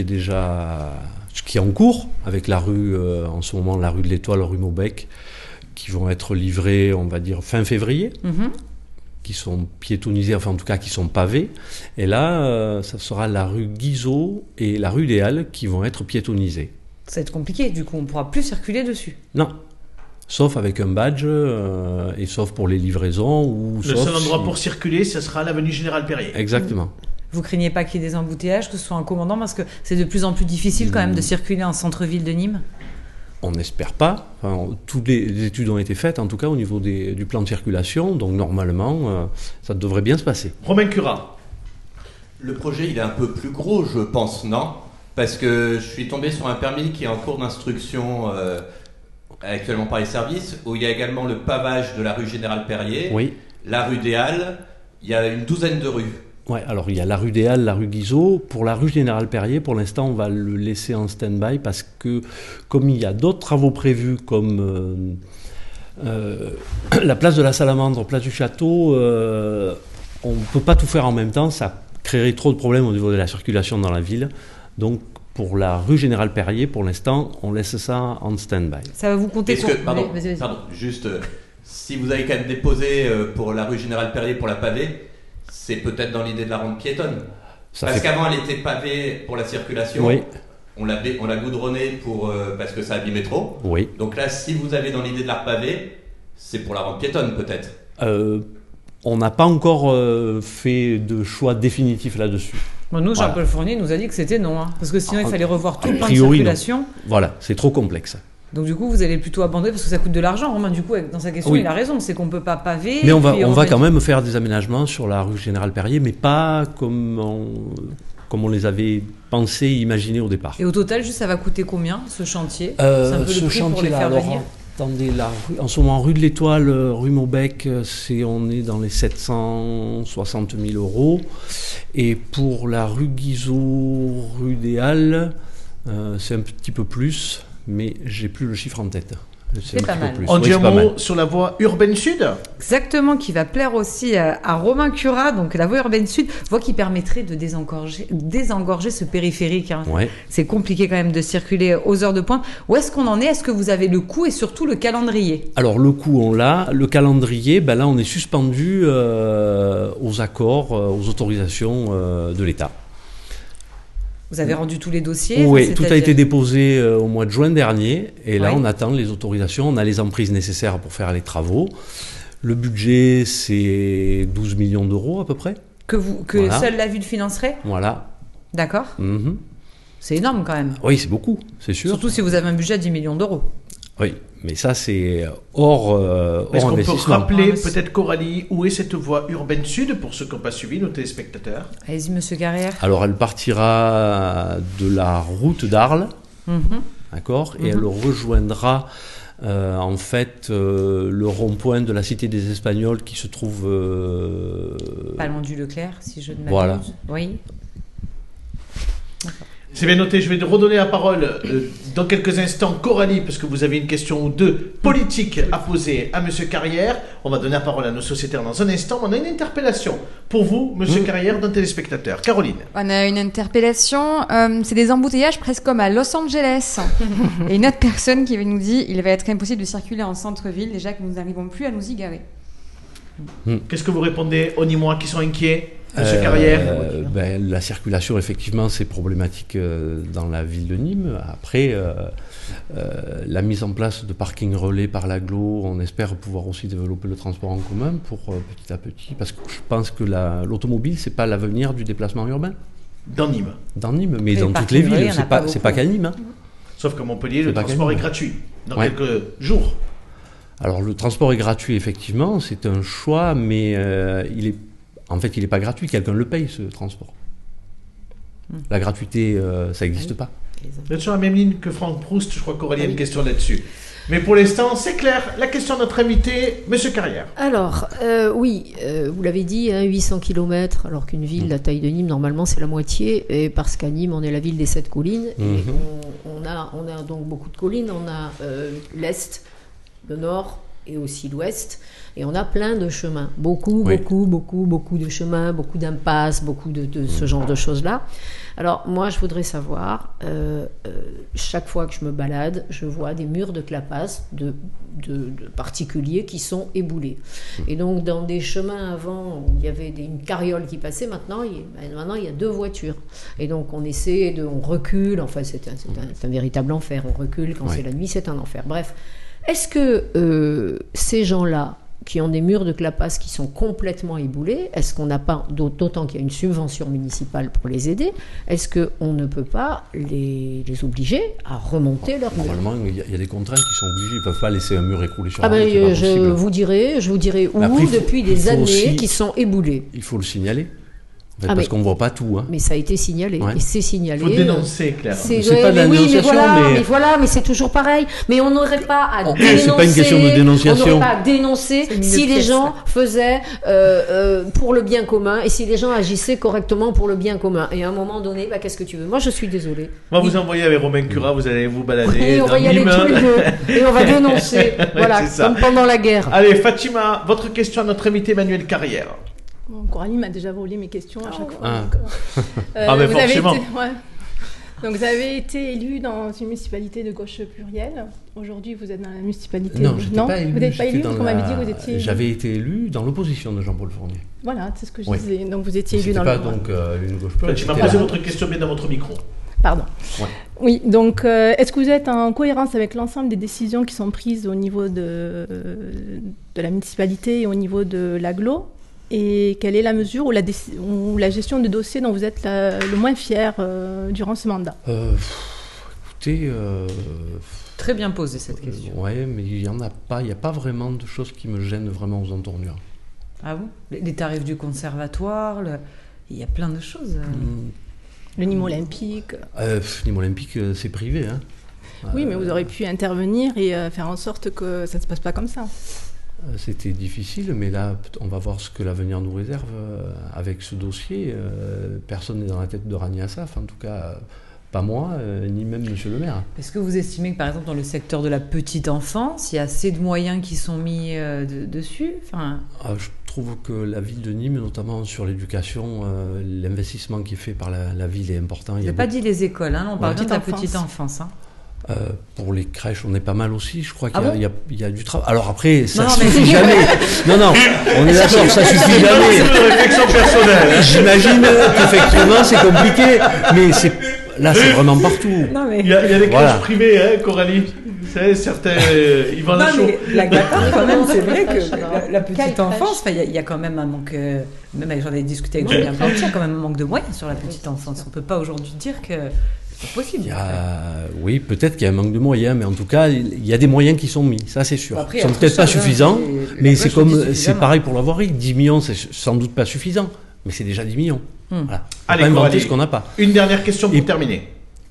est en cours avec la rue, en ce moment, la rue de l'Étoile, la rue Maubec, qui vont être livrées, on va dire, fin février. Qui sont piétonnisés, enfin en tout cas qui sont pavés. Et là, ça sera la rue Guizot et la rue des Halles qui vont être piétonnisées. Ça va être compliqué, du coup, on ne pourra plus circuler dessus. Non, sauf avec un badge et sauf pour les livraisons. Le seul endroit pour circuler, ce sera l'avenue Général Perrier. Exactement. Vous craignez pas qu'il y ait des embouteillages, que ce soit un commandant, parce que c'est de plus en plus difficile quand même de circuler en centre-ville de Nîmes? On n'espère pas. Enfin, toutes les études ont été faites, en tout cas au niveau du plan de circulation. Donc normalement, ça devrait bien se passer. Romain Curat. Le projet, il est un peu plus gros, je pense, non? Parce que je suis tombé sur un permis qui est en cours d'instruction actuellement par les services, où il y a également le pavage de la rue Général-Perrier, oui. La rue des Halles, il y a une douzaine de rues. Ouais, alors il y a la rue des Halles, la rue Guizot. Pour la rue Général-Perrier, pour l'instant, on va le laisser en stand-by parce que, comme il y a d'autres travaux prévus, comme la place de la Salamandre, place du Château, on ne peut pas tout faire en même temps. Ça créerait trop de problèmes au niveau de la circulation dans la ville. Donc, pour la rue Général-Perrier, pour l'instant, on laisse ça en stand-by. Ça va vous compter quoi? Pardon, juste, si vous avez quand même déposé pour la rue Général-Perrier pour la pavée, c'est peut-être dans l'idée de la rendre piétonne. Parce qu'avant, elle était pavée pour la circulation. Oui. On l'a goudronnée parce que ça abîmait trop. Oui. Donc là, si vous avez dans l'idée de la repaver, c'est pour la rendre piétonne peut-être. On n'a pas encore fait de choix définitif là-dessus. Bon, nous, Jean-Paul Fournier nous a dit que c'était non. Parce que sinon, il fallait revoir tout le plan de circulation. Non. Voilà, c'est trop complexe. Donc du coup, vous allez plutôt abandonner parce que ça coûte de l'argent. Romain, du coup, dans sa question, il a raison. C'est qu'on ne peut pas paver. Mais on va quand même faire des aménagements sur la rue Général-Perrier, mais pas comme on les avait pensé, imaginé au départ. Et au total, ça va coûter combien, ce chantier? C'est un peu le prix pour les faire venir. Attendez, en ce moment, rue de l'Étoile, rue Maubec, on est dans les 760 000 euros. Et pour la rue Guizot, rue des Halles, c'est un petit peu plus. Mais j'ai plus le chiffre en tête. C'est pas mal. On dit un mot sur la voie urbaine sud. Exactement, qui va plaire aussi à Romain Curat. Donc la voie urbaine sud, voie qui permettrait de désengorger ce périphérique. Hein. Ouais. C'est compliqué quand même de circuler aux heures de pointe. Où est-ce qu'on en est? Est-ce que vous avez le coût et surtout le calendrier? Alors le coût, on l'a. Le calendrier, là on est suspendu aux accords, aux autorisations de l'État. Vous avez rendu tous les dossiers? Oui, tout a été déposé au mois de juin dernier. Et là, on attend les autorisations. On a les emprises nécessaires pour faire les travaux. Le budget, c'est 12 millions d'euros à peu près. Que seule la ville financerait? Voilà. D'accord. Mm-hmm. C'est énorme quand même. Oui, c'est beaucoup, c'est sûr. Surtout si vous avez un budget de 10 millions d'euros. Oui, mais ça, c'est hors Est-ce qu'on peut investissement. rappeler, peut-être Coralie, où est cette voie urbaine sud pour ceux qui n'ont pas suivi, nos téléspectateurs? Allez-y, monsieur Carrière. Alors, elle partira de la route d'Arles, d'accord, et elle rejoindra en fait le rond-point de la Cité des Espagnols qui se trouve... Pas loin du Leclerc, si je ne m'abuse. Voilà. Oui. C'est bien noté, je vais redonner la parole dans quelques instants, Coralie, parce que vous avez une question ou deux politiques à poser à Monsieur Carrière. On va donner la parole à nos sociétaires dans un instant. On a une interpellation pour vous, Monsieur Carrière, d'un téléspectateur. Caroline. On a une interpellation, c'est des embouteillages presque comme à Los Angeles. Et une autre personne qui nous dit il va être impossible de circuler en centre-ville, déjà que nous n'arrivons plus à nous y garer. Qu'est-ce que vous répondez aux Nîmois qui sont inquiets? Monsieur Carrière. La circulation, effectivement, c'est problématique dans la ville de Nîmes. Après, la mise en place de parkings relais par l'agglo, on espère pouvoir aussi développer le transport en commun pour petit à petit, parce que je pense que l'automobile, c'est pas l'avenir du déplacement urbain. Dans Nîmes. Dans Nîmes, mais dans toutes les villes, c'est pas qu'à Nîmes. Hein. Sauf qu'à Montpellier, le transport est gratuit dans quelques jours. Alors le transport est gratuit, effectivement, c'est un choix, mais il n'est pas gratuit, quelqu'un le paye, ce transport. La gratuité, ça n'existe pas. Vous êtes sur la même ligne que Franck Proust, je crois qu'Aurélie a une question là-dessus. Mais pour l'instant, c'est clair, la question de notre invité, Monsieur Carrière. Alors, vous l'avez dit, 800 km, alors qu'une ville, la taille de Nîmes, normalement, c'est la moitié, et parce qu'à Nîmes, on est la ville des 7 collines, et on a donc beaucoup de collines, on a l'Est, le Nord, et aussi l'Ouest, et on a plein de chemins, beaucoup de chemins, beaucoup d'impasses, beaucoup de ce genre de choses-là. Alors moi je voudrais savoir, chaque fois que je me balade, je vois des murs de clapasse de particuliers qui sont éboulés. Et donc dans des chemins avant, où il y avait une carriole qui passait, maintenant il y a 2 voitures. Et donc on recule, enfin c'est un véritable enfer, on recule quand c'est la nuit, c'est un enfer. Bref. Est-ce que ces gens-là qui ont des murs de clapasse qui sont complètement éboulés, est-ce qu'on n'a pas, d'autant qu'il y a une subvention municipale pour les aider, est-ce qu'on ne peut pas les obliger à remonter leurs murs? Normalement, il y a des contraintes qui sont obligées. Ils ne peuvent pas laisser un mur écrouler sur la route. Je vous dirai où, après, depuis des années, aussi, qui sont éboulés. Il faut le signaler. En fait, parce qu'on ne voit pas tout. Hein. Mais ça a été signalé. Ouais. Et c'est signalé. Il faut dénoncer, Claire. C'est pas de la dénonciation, mais c'est toujours pareil. Mais on n'aurait pas à dénoncer. C'est pas une question de dénonciation. On n'aurait pas à dénoncer si les gens faisaient pour le bien commun et si les gens agissaient correctement pour le bien commun. Et à un moment donné, qu'est-ce que tu veux? Moi, je suis désolée. On va vous envoyer avec Romain Cura, vous allez vous balader. Et on va y aller tous les deux. Et on va dénoncer. Voilà, comme pendant la guerre. Allez, Fatima, votre question à notre invité Emmanuel Carrière. Bon, Coralie m'a déjà volé mes questions à chaque fois. Mais forcément. Donc vous avez été élu dans une municipalité de gauche plurielle. Aujourd'hui, vous êtes dans la municipalité... Non, je n'étais pas élu. Vous n'êtes pas élu, parce qu'on m'avait dit que vous étiez... J'avais été élu dans l'opposition de Jean-Paul Fournier. Voilà, c'est ce que je disais. Donc vous étiez élu dans le... C'était pas donc une gauche plurielle. Tu m'as posé votre question bien dans votre micro. Pardon. Ouais. Oui, donc est-ce que vous êtes en cohérence avec l'ensemble des décisions qui sont prises au niveau de la municipalité et au niveau de l'agglo? Et quelle est la mesure ou la gestion de dossiers dont vous êtes le moins fier durant ce mandat? Écoutez... Très bien posée cette question. Oui, mais il n'y a pas vraiment de choses qui me gênent vraiment aux entournures. Ah bon? Les tarifs du conservatoire, il y a plein de choses. Le Nîmes olympique. Nîmes olympique, c'est privé. Hein. Oui, mais vous aurez pu intervenir et faire en sorte que ça ne se passe pas comme ça. C'était difficile, mais là, on va voir ce que l'avenir nous réserve avec ce dossier. Personne n'est dans la tête de Rani Assaf, en tout cas, pas moi, ni même monsieur le maire. Est-ce que vous estimez que, par exemple, dans le secteur de la petite enfance, il y a assez de moyens qui sont mis dessus? Je trouve que la ville de Nîmes, notamment sur l'éducation, l'investissement qui est fait par la ville est important. Vous n'avez pas dit les écoles, hein, on parle bien de la petite enfance. Hein. Pour les crèches, on est pas mal aussi. Je crois qu'il y a du travail. Alors après, ça suffit jamais. Non, on est d'accord, ça suffit jamais. C'est une réflexion personnelle. J'imagine qu'effectivement, c'est compliqué, mais là, c'est vraiment partout. Il y a des crèches privées, Coralie. Vous savez, certains, ils vendent la chaud. La gâterie, quand même, c'est vrai que la petite enfance, il y a quand même un manque, même j'en ai discuté avec Julien Plantier, il y a quand même un manque de moyens sur la petite enfance. On ne peut pas aujourd'hui dire que c'est possible. Oui, peut-être qu'il y a un manque de moyens, mais en tout cas, il y a des moyens qui sont mis, ça c'est sûr. Après, ils sont peut-être pas suffisants, mais c'est pareil pour la voirie. 10 millions, c'est sans doute pas suffisant, mais c'est déjà 10 millions. Voilà. Allez, pas inventer ce qu'on n'a pas. Une dernière question pour terminer.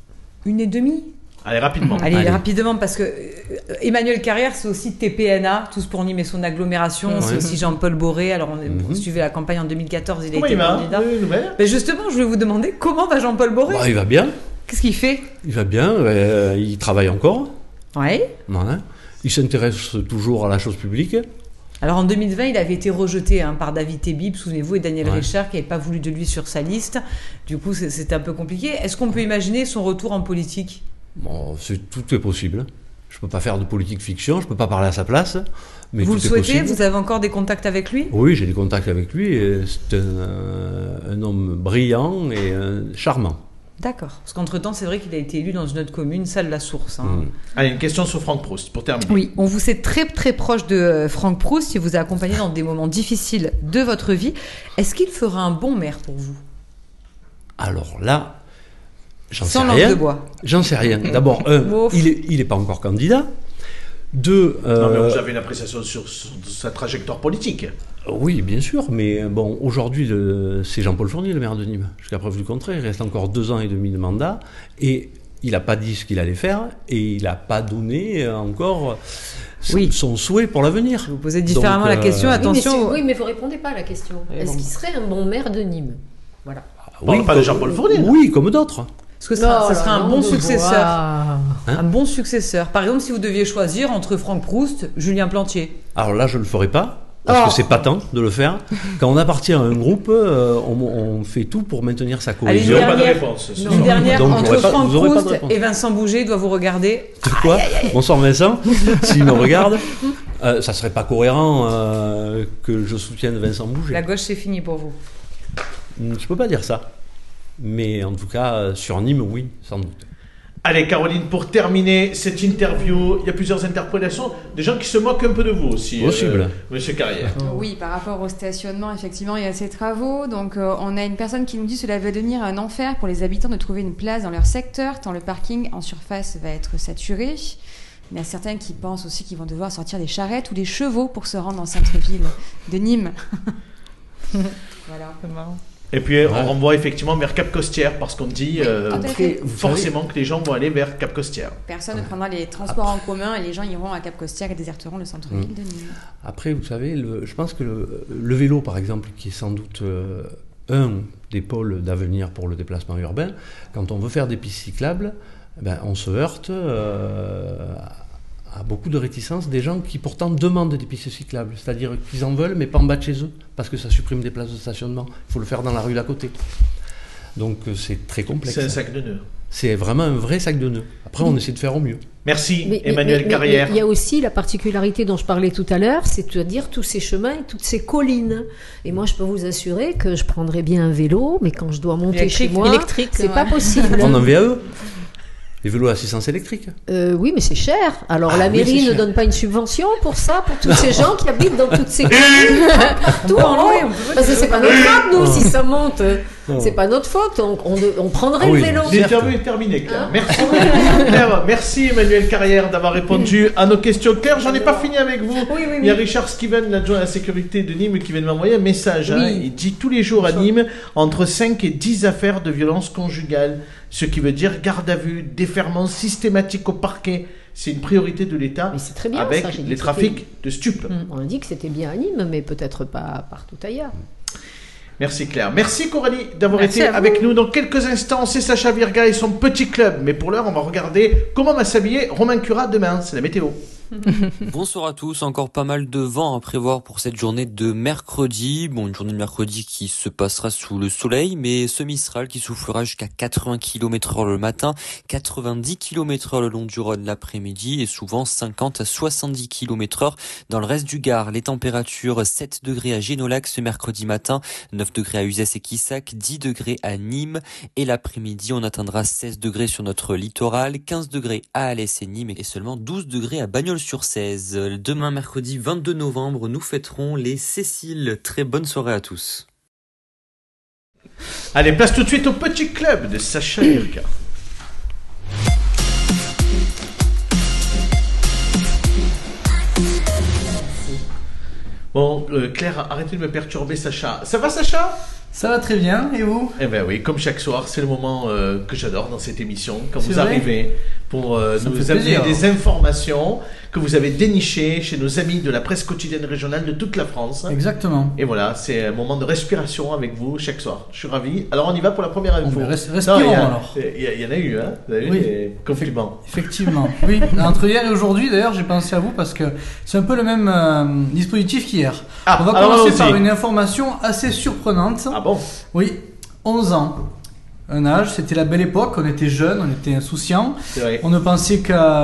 1,5 Allez, rapidement. Allez, rapidement, parce que Emmanuel Carrière, c'est aussi TPNA, Tous pour Nîmes et son agglomération, c'est aussi Jean-Paul Boré. Alors, on suivait la campagne en 2014, il a été candidat. Mais justement, je vais vous demander, comment va Jean-Paul Boré? Il va bien. Qu'est-ce qu'il fait? Il va bien, il travaille encore. Oui. Voilà. Il s'intéresse toujours à la chose publique. Alors en 2020, il avait été rejeté par David Tébib, souvenez-vous, et Daniel Richard, qui n'avait pas voulu de lui sur sa liste. Du coup, c'était un peu compliqué. Est-ce qu'on peut imaginer son retour en politique? Bon, tout est possible. Je ne peux pas faire de politique fiction, je ne peux pas parler à sa place. Mais vous tout le souhaitez? possible. Vous avez encore des contacts avec lui? Oui, j'ai des contacts avec lui. C'est un homme brillant et charmant. D'accord. Parce qu'entre-temps, c'est vrai qu'il a été élu dans une autre commune, Salles-la-Source. Allez, une question sur Franck Proust, pour terminer. Oui, on vous sait très très proche de Franck Proust, il vous a accompagné dans des moments difficiles de votre vie. Est-ce qu'il fera un bon maire pour vous? Alors là, j'en sais rien. Sans langue de bois. J'en sais rien. D'abord, il n'est pas encore candidat. Non, mais vous avez une appréciation sur sa trajectoire politique. Oui, bien sûr, mais bon, aujourd'hui, c'est Jean-Paul Fournier, le maire de Nîmes. Jusqu'à preuve du contraire, il reste encore 2 ans et demi de mandat, et il n'a pas dit ce qu'il allait faire, et il n'a pas donné encore son souhait pour l'avenir. Vous posez différemment la question, attention. Oui, mais vous ne répondez pas à la question. Est-ce qu'il serait un bon maire de Nîmes? Voilà. On parle pas de Jean-Paul Fournier. Oui, comme d'autres. Est-ce que ça serait un bon successeur? Un bon successeur. Par exemple, si vous deviez choisir entre Franck Proust, Julien Plantier. Alors là, je ne le ferai pas. Parce que c'est pas temps de le faire. Quand on appartient à un groupe, on fait tout pour maintenir sa cohésion. Allez, pas de réponse. Une dernière, entre Franck Proust et Vincent Bouget, doit vous regarder. Quoi? Bonsoir Vincent, s'il me regarde. Ça serait pas cohérent que je soutienne Vincent Bouget. La gauche, c'est fini pour vous? Je peux pas dire ça. Mais en tout cas, sur Nîmes, oui, sans doute. Allez, Caroline, pour terminer cette interview, il y a plusieurs interprétations, des gens qui se moquent un peu de vous aussi, Possible. Monsieur Carrière. Oui, par rapport au stationnement, effectivement, il y a ces travaux. Donc, on a une personne qui nous dit que cela va devenir un enfer pour les habitants de trouver une place dans leur secteur, tant le parking en surface va être saturé. Il y en a certains qui pensent aussi qu'ils vont devoir sortir des charrettes ou des chevaux pour se rendre dans le centre-ville de Nîmes. Voilà. C'est marrant. Et puis on renvoie effectivement vers Cap-Costière parce qu'on dit fait. forcément que les gens vont aller vers Cap-Costière. Personne ne prendra les transports en commun et les gens iront à Cap-Costière et déserteront le centre-ville de Nîmes. Après, vous savez, je pense que le vélo, par exemple, qui est sans doute un des pôles d'avenir pour le déplacement urbain, quand on veut faire des pistes cyclables, on se heurte à beaucoup de réticences des gens qui pourtant demandent des pistes cyclables, c'est-à-dire qu'ils en veulent mais pas en bas de chez eux, parce que ça supprime des places de stationnement. Il faut le faire dans la rue d'à côté. Donc c'est très complexe. C'est un sac de nœuds. C'est vraiment un vrai sac de nœuds. Après, on essaie de faire au mieux. Merci, Emmanuel Carrière. Il y a aussi la particularité dont je parlais tout à l'heure, c'est-à-dire tous ces chemins et toutes ces collines. Et moi, je peux vous assurer que je prendrais bien un vélo, mais quand je dois monter chez moi, c'est pas possible. On en VAE. Les vélos à assistance électrique. Oui, mais c'est cher. Alors la mairie ne donne pas une subvention pour ça, pour tous ces gens qui habitent dans toutes ces communes, partout en haut. Parce que c'est pas notre faute, nous, si ça monte. C'est pas notre faute. On prendrait le vélo. L'interview est terminée, Claire. Merci, Claire. Merci, Emmanuel Carrière, d'avoir répondu à nos questions. Claire, j'en ai pas fini avec vous. Il y a Richard Skiven, l'adjoint à la sécurité de Nîmes, qui vient de m'envoyer un message. Il dit tous les jours à Nîmes, entre 5 et 10 affaires de violence conjugale. Ce qui veut dire garde à vue, déferment systématique au parquet. C'est une priorité de l'État. Mais c'est très bien, avec ça, les trafics de stupes. On a dit que c'était bien à Nîmes, mais peut-être pas partout ailleurs. Merci Claire. Merci Coralie d'avoir été avec nous. Dans quelques instants, c'est Sacha Virga et son petit club. Mais pour l'heure, on va regarder comment va s'habiller Romain Curat demain. C'est la météo. Bonsoir à tous, encore pas mal de vent à prévoir pour cette journée de mercredi. Bon, une journée de mercredi qui se passera sous le soleil, mais ce Mistral qui soufflera jusqu'à 80 km/h le matin, 90 km/h le long du Rhône l'après-midi et souvent 50 à 70 km/h dans le reste du Gard. Les températures 7 degrés à Génolac ce mercredi matin, 9 degrés à Uzès et Quissac, 10 degrés à Nîmes et l'après-midi on atteindra 16 degrés sur notre littoral, 15 degrés à Alès et Nîmes et seulement 12 degrés à Bagnols-sur-Cèze. Demain, mercredi 22 novembre, nous fêterons les Céciles. Très bonne soirée à tous. Allez, place tout de suite au petit club de Sacha Virga. Bon, Claire, arrêtez de me perturber, Sacha. Ça va, Sacha ? Ça va très bien, et vous ? Eh bien oui, comme chaque soir, c'est le moment que j'adore dans cette émission, quand vous arrivez pour nous amener des informations que vous avez dénichées chez nos amis de la presse quotidienne régionale de toute la France. Exactement. Et voilà, c'est un moment de respiration avec vous chaque soir. Je suis ravi. Alors on y va pour la première info. Respirons alors. Il y en a eu, hein ? Vous avez eu des compliments. Effectivement. Oui, entre hier et aujourd'hui, d'ailleurs, j'ai pensé à vous parce que c'est un peu le même dispositif qu'hier. On va commencer par une information assez surprenante. Ah bon ? Oui, 11 ans. Un âge, c'était la belle époque, on était jeunes, on était insouciants. On ne pensait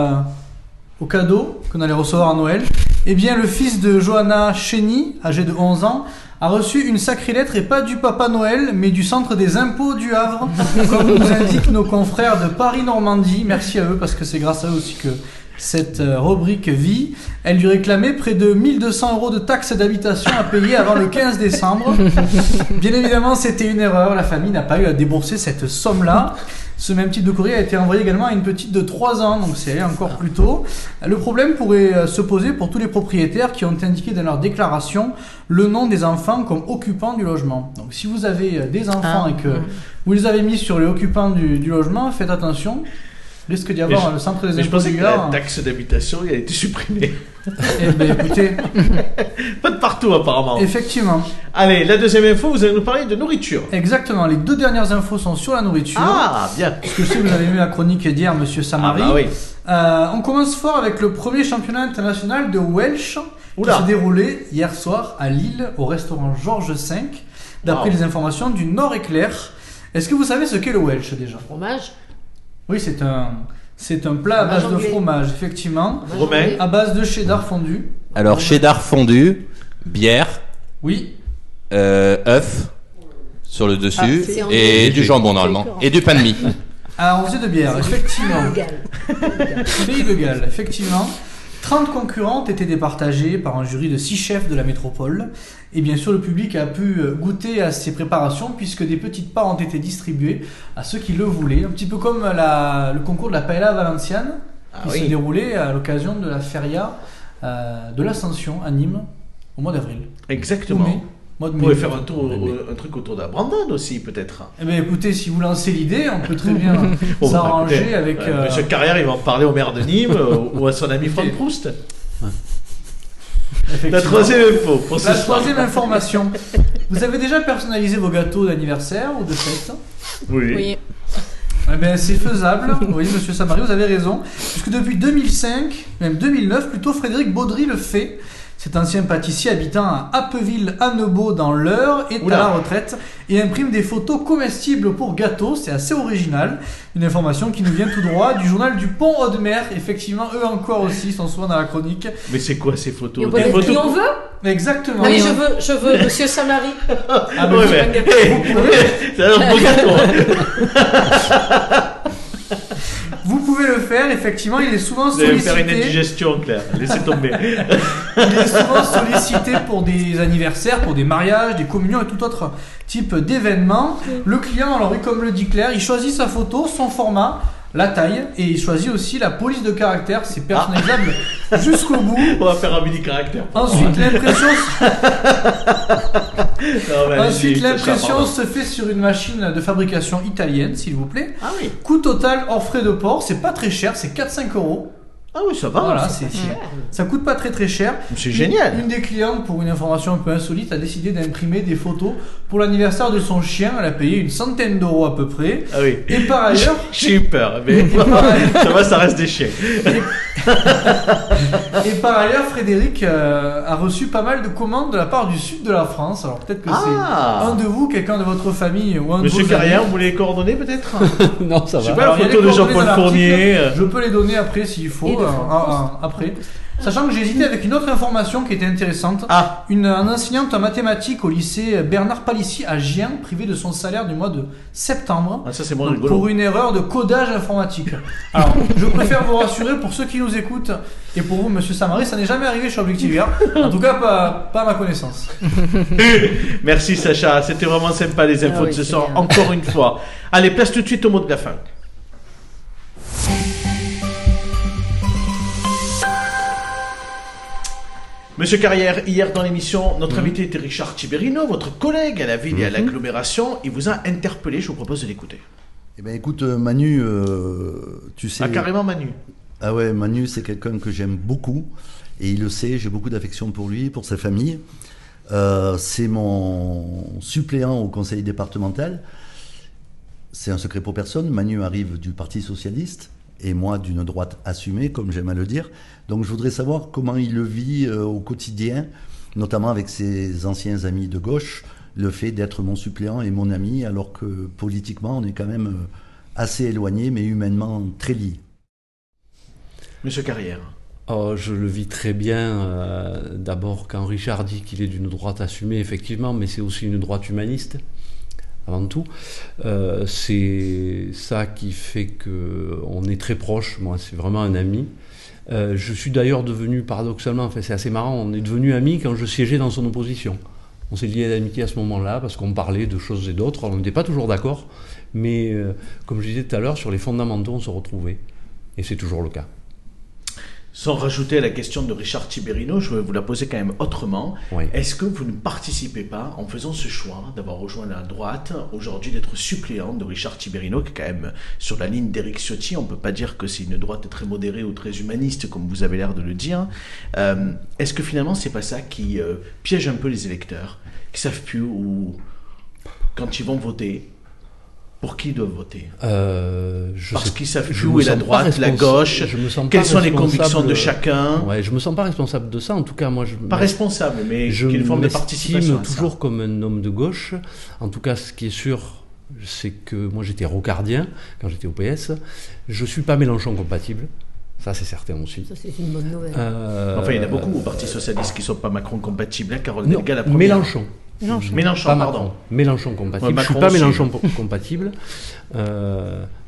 qu'aux cadeaux qu'on allait recevoir à Noël. Eh bien, le fils de Johanna Chény, âgé de 11 ans, a reçu une sacrée lettre, et pas du Papa Noël, mais du Centre des impôts du Havre, comme nous indiquent nos confrères de Paris-Normandie. Merci à eux, parce que c'est grâce à eux aussi que cette rubrique vit. Elle lui réclamait près de 1 200 € de taxes d'habitation à payer avant le 15 décembre. Bien évidemment, c'était une erreur. La famille n'a pas eu à débourser cette somme-là. Ce même type de courrier a été envoyé également à une petite de 3 ans, donc c'est allé encore plus tôt. Le problème pourrait se poser pour tous les propriétaires qui ont indiqué dans leur déclaration le nom des enfants comme occupants du logement. Donc si vous avez des enfants et que vous les avez mis sur les occupants du logement, faites attention. Risque d'y avoir le centre des impôts du Gard. Je pensais que la taxe d'habitation il a été supprimée. Eh bien, écoutez. Pas de partout, apparemment. Effectivement. Allez, la deuxième info, vous allez nous parler de nourriture. Exactement. Les 2 dernières infos sont sur la nourriture. Ah, bien. Parce que je sais que vous avez vu la chronique d'hier, monsieur Samari. Ah, bah oui. On commence fort avec le premier championnat international de Welsh qui s'est déroulé hier soir à Lille, au restaurant Georges V, d'après les informations du Nord-Éclair. Est-ce que vous savez ce qu'est le Welsh déjà ? Fromage ? Oui, c'est un plat à base de fromage, effectivement. Romain. À base de cheddar fondu. Alors, cheddar fondu, bière. Oui. œuf sur le dessus et du jambon normalement. Et du pain de mie. Alors, on faisait de bière, effectivement. Pays de Galles, effectivement. 30 concurrentes étaient départagées par un jury de 6 chefs de la métropole. Et bien sûr, le public a pu goûter à ces préparations puisque des petites parts ont été distribuées à ceux qui le voulaient. Un petit peu comme le concours de la paella valenciane qui se déroulait à l'occasion de la feria de l'Ascension à Nîmes au mois d'avril. Exactement. Vous pouvez faire un truc autour de la Brandon aussi, peut-être. Eh bien, écoutez, si vous lancez l'idée, on peut très bien s'arranger avec... Monsieur Carrière, il va en parler au maire de Nîmes ou à son ami Franck Proust. La troisième info. La troisième information. Vous avez déjà personnalisé vos gâteaux d'anniversaire ou de fête? Oui. Eh bien, c'est faisable. Oui, monsieur Samari, vous avez raison. Puisque depuis 2005, même 2009, plutôt, Frédéric Baudry le fait. Cet ancien pâtissier habitant à Appeville-Annebault dans l'Eure est à la retraite et imprime des photos comestibles pour gâteaux. C'est assez original. Une information qui nous vient tout droit du journal du Pont-Audemer. Effectivement, eux encore aussi sont souvent dans la chronique. Mais c'est quoi ces photos? Des photos on veut? Exactement. Oui, je veux, monsieur Samari. Ah, oui, mais... c'est un beau gâteau. Vous pouvez le faire, effectivement, il est souvent sollicité. Vous allez faire une indigestion, Claire, laissez tomber. Il est souvent sollicité pour des anniversaires, pour des mariages, des communions et tout autre type d'événement. Le client, alors oui, comme le dit Claire, il choisit sa photo, son format, la taille, et il choisit aussi la police de caractère, c'est personnalisable jusqu'au bout. On va faire un mini caractère. Ensuite, l'impression se fait sur une machine de fabrication italienne, s'il vous plaît. Ah oui. Coût total hors frais de port, c'est pas très cher, c'est 4-5 €. Ah oui, ça va. Voilà, ça coûte pas très cher. C'est génial. Une des clientes, pour une information un peu insolite, a décidé d'imprimer des photos pour l'anniversaire de son chien. Elle a payé une centaine d'euros à peu près. Ah oui. Et par ailleurs... J'ai eu peur, mais ça va, ça reste des chiens. Et par ailleurs, Frédéric a reçu pas mal de commandes de la part du sud de la France. Alors peut-être que c'est un de vous, quelqu'un de votre famille ou un Monsieur de vos Carrière, amis. vous voulez les coordonner peut-être? Non, ça va. Je sais pas, la photo de Jean-Paul Fournier. Je peux les donner après s'il faut. Après. Sachant que j'ai hésité avec une autre information qui était intéressante. Une enseignante en mathématiques au lycée Bernard Palissy à Gien, privée de son salaire du mois de septembre. Ça, c'est bon, rigolo. Pour une erreur de codage informatique. Alors, je préfère vous rassurer pour ceux qui nous écoutent et pour vous, monsieur Samari, ça n'est jamais arrivé chez Objectif Gare. En tout cas, pas à ma connaissance. Merci Sacha, c'était vraiment sympa les infos de ce soir, encore une fois. Allez, place tout de suite au mot de la fin. Monsieur Carrière, hier dans l'émission, notre invité était Richard Tiberino, votre collègue à la ville et à l'agglomération. Il vous a interpellé, je vous propose de l'écouter. Eh bien écoute Manu, tu sais... Ah carrément Manu. Ah ouais, Manu c'est quelqu'un que j'aime beaucoup et il le sait, j'ai beaucoup d'affection pour lui, pour sa famille. C'est mon suppléant au conseil départemental. C'est un secret pour personne, Manu arrive du Parti Socialiste et moi d'une droite assumée, comme j'aime à le dire. Donc je voudrais savoir comment il le vit au quotidien, notamment avec ses anciens amis de gauche, le fait d'être mon suppléant et mon ami, alors que politiquement on est quand même assez éloigné, mais humainement très lié. Monsieur Carrière. Je le vis très bien. D'abord, quand Richard dit qu'il est d'une droite assumée, effectivement, mais c'est aussi une droite humaniste. Avant tout, c'est ça qui fait qu'on est très proches. Moi, c'est vraiment un ami. Je suis d'ailleurs devenu, paradoxalement, enfin, c'est assez marrant, on est devenu amis quand je siégeais dans son opposition. On s'est liés d'amitié à ce moment-là parce qu'on parlait de choses et d'autres. On n'était pas toujours d'accord, mais comme je disais tout à l'heure, sur les fondamentaux, on se retrouvait. Et c'est toujours le cas. Sans rajouter à la question de Richard Tiberino, je vais vous la poser quand même autrement. Oui. Est-ce que vous ne participez pas, en faisant ce choix d'avoir rejoint la droite, aujourd'hui d'être suppléant de Richard Tiberino, qui est quand même sur la ligne d'Éric Ciotti? On ne peut pas dire que c'est une droite très modérée ou très humaniste, comme vous avez l'air de le dire. Est-ce que finalement, c'est pas ça qui piège un peu les électeurs, qui savent plus où, quand ils vont voter, pour qui ils doivent voter? Parce qu'ils savent plus où est la droite, la gauche, quelles sont les convictions de chacun. Ouais, je me sens pas responsable de ça. En tout cas, moi, pas responsable, mais qu'il y ait une forme de participation. Je toujours comme un homme de gauche. En tout cas, ce qui est sûr, c'est que moi, j'étais rocardien quand j'étais au PS. Je suis pas Mélenchon compatible. Ça, c'est certain aussi. Ça, c'est une bonne nouvelle. Enfin, il y en a beaucoup au Parti Socialiste qui ne sont pas Macron compatibles. Hein, Carole Delga, la première. Mélenchon, pardon. Mélenchon compatible. Ouais, je ne suis pas Mélenchon compatible.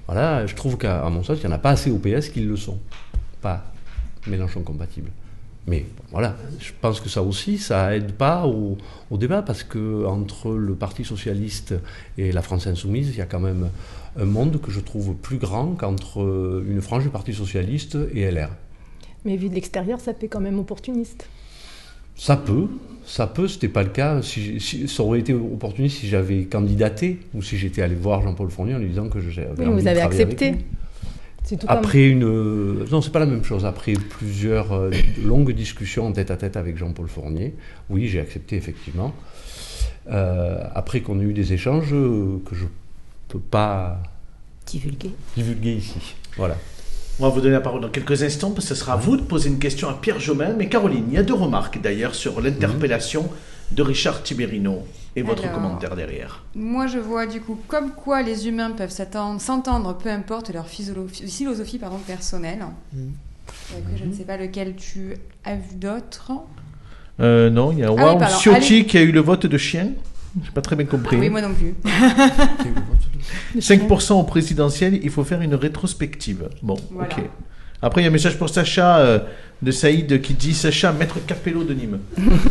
Voilà, je trouve qu'à mon sens, il n'y en a pas assez au PS qui le sont. Pas Mélenchon compatible. Mais voilà, je pense que ça aussi, ça aide pas au débat, parce que entre le Parti socialiste et la France insoumise, il y a quand même un monde que je trouve plus grand qu'entre une frange du Parti socialiste et LR. Mais vu de l'extérieur, ça fait quand même opportuniste. Ça peut, c'était pas le cas. Ça aurait été opportuniste si j'avais candidaté ou si j'étais allé voir Jean-Paul Fournier en lui disant que j'avais envie vous de avez travailler accepté. avec lui. C'est tout Après non, c'est pas la même chose. Après plusieurs longues discussions en tête-à-tête avec Jean-Paul Fournier, oui, j'ai accepté effectivement. Après qu'on ait eu des échanges que je peux pas divulguer ici. Voilà. On va vous donner la parole dans quelques instants, parce que ce sera à vous de poser une question à Pierre Jomain. Mais Caroline, il y a 2 remarques d'ailleurs sur l'interpellation de Richard Tiberino et votre commentaire derrière. Moi, je vois du coup comme quoi les humains peuvent s'entendre, peu importe leur philosophie personnelle. Je ne sais pas lequel tu as vu d'autres. Non, il y a Ciotti qui a eu le vote de chien. Je n'ai pas très bien compris. Oui, moi non plus. 5% au présidentiel, il faut faire une rétrospective. Bon, voilà. Ok. Après, il y a un message pour Sacha de Saïd qui dit « Sacha, maître Capello de Nîmes ».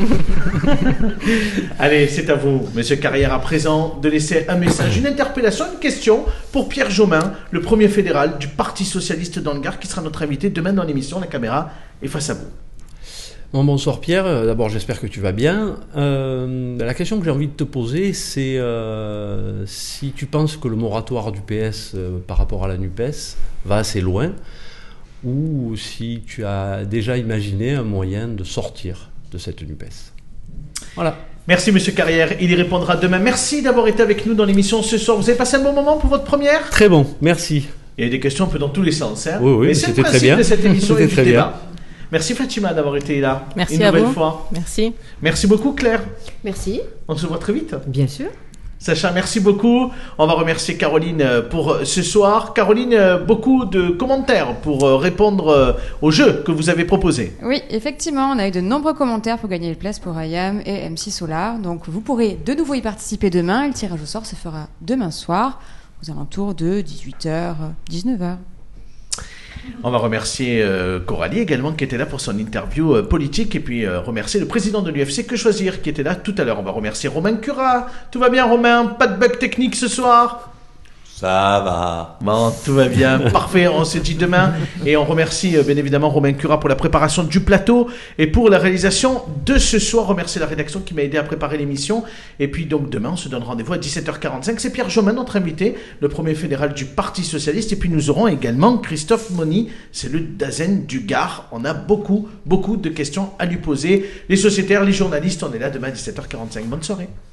Allez, c'est à vous, monsieur Carrière, à présent, de laisser un message, une interpellation, une question pour Pierre Jomain, le premier fédéral du Parti Socialiste dans le Gard, qui sera notre invité demain dans l'émission. La caméra est face à vous. Bon, bonsoir Pierre, d'abord j'espère que tu vas bien. La question que j'ai envie de te poser, c'est si tu penses que le moratoire du PS par rapport à la NUPES va assez loin, ou si tu as déjà imaginé un moyen de sortir de cette NUPES. Voilà. Merci monsieur Carrière, il y répondra demain. Merci d'avoir été avec nous dans l'émission ce soir. Vous avez passé un bon moment pour votre première ? Très bon, merci. Il y a des questions un peu dans tous les sens. Hein, oui, mais c'était très bien. C'est le principe de cette émission et du très débat. Bien. Merci Fatima d'avoir été là. Merci une nouvelle fois. Merci. Merci beaucoup Claire. Merci. On se voit très vite. Bien sûr. Sacha, merci beaucoup. On va remercier Caroline pour ce soir. Caroline, beaucoup de commentaires pour répondre au jeu que vous avez proposé. Oui, effectivement, on a eu de nombreux commentaires pour gagner les places pour IAM et MC Solar. Donc vous pourrez de nouveau y participer demain. Le tirage au sort se fera demain soir aux alentours de 18h, 19h. On va remercier Coralie également qui était là pour son interview politique, et puis remercier le président de l'UFC Que Choisir qui était là tout à l'heure. On va remercier Romain Curat. Tout va bien Romain? Pas de bug technique ce soir? Ça va. Bon, tout va bien. Parfait, on se dit demain. Et on remercie bien évidemment Romain Curat pour la préparation du plateau et pour la réalisation de ce soir. Remercier la rédaction qui m'a aidé à préparer l'émission. Et puis donc demain, on se donne rendez-vous à 17h45. C'est Pierre Jomain, notre invité, le premier fédéral du Parti Socialiste. Et puis nous aurons également Christophe Moni, c'est le Dazen du Gard. On a beaucoup de questions à lui poser. Les sociétaires, les journalistes, on est là demain à 17h45. Bonne soirée.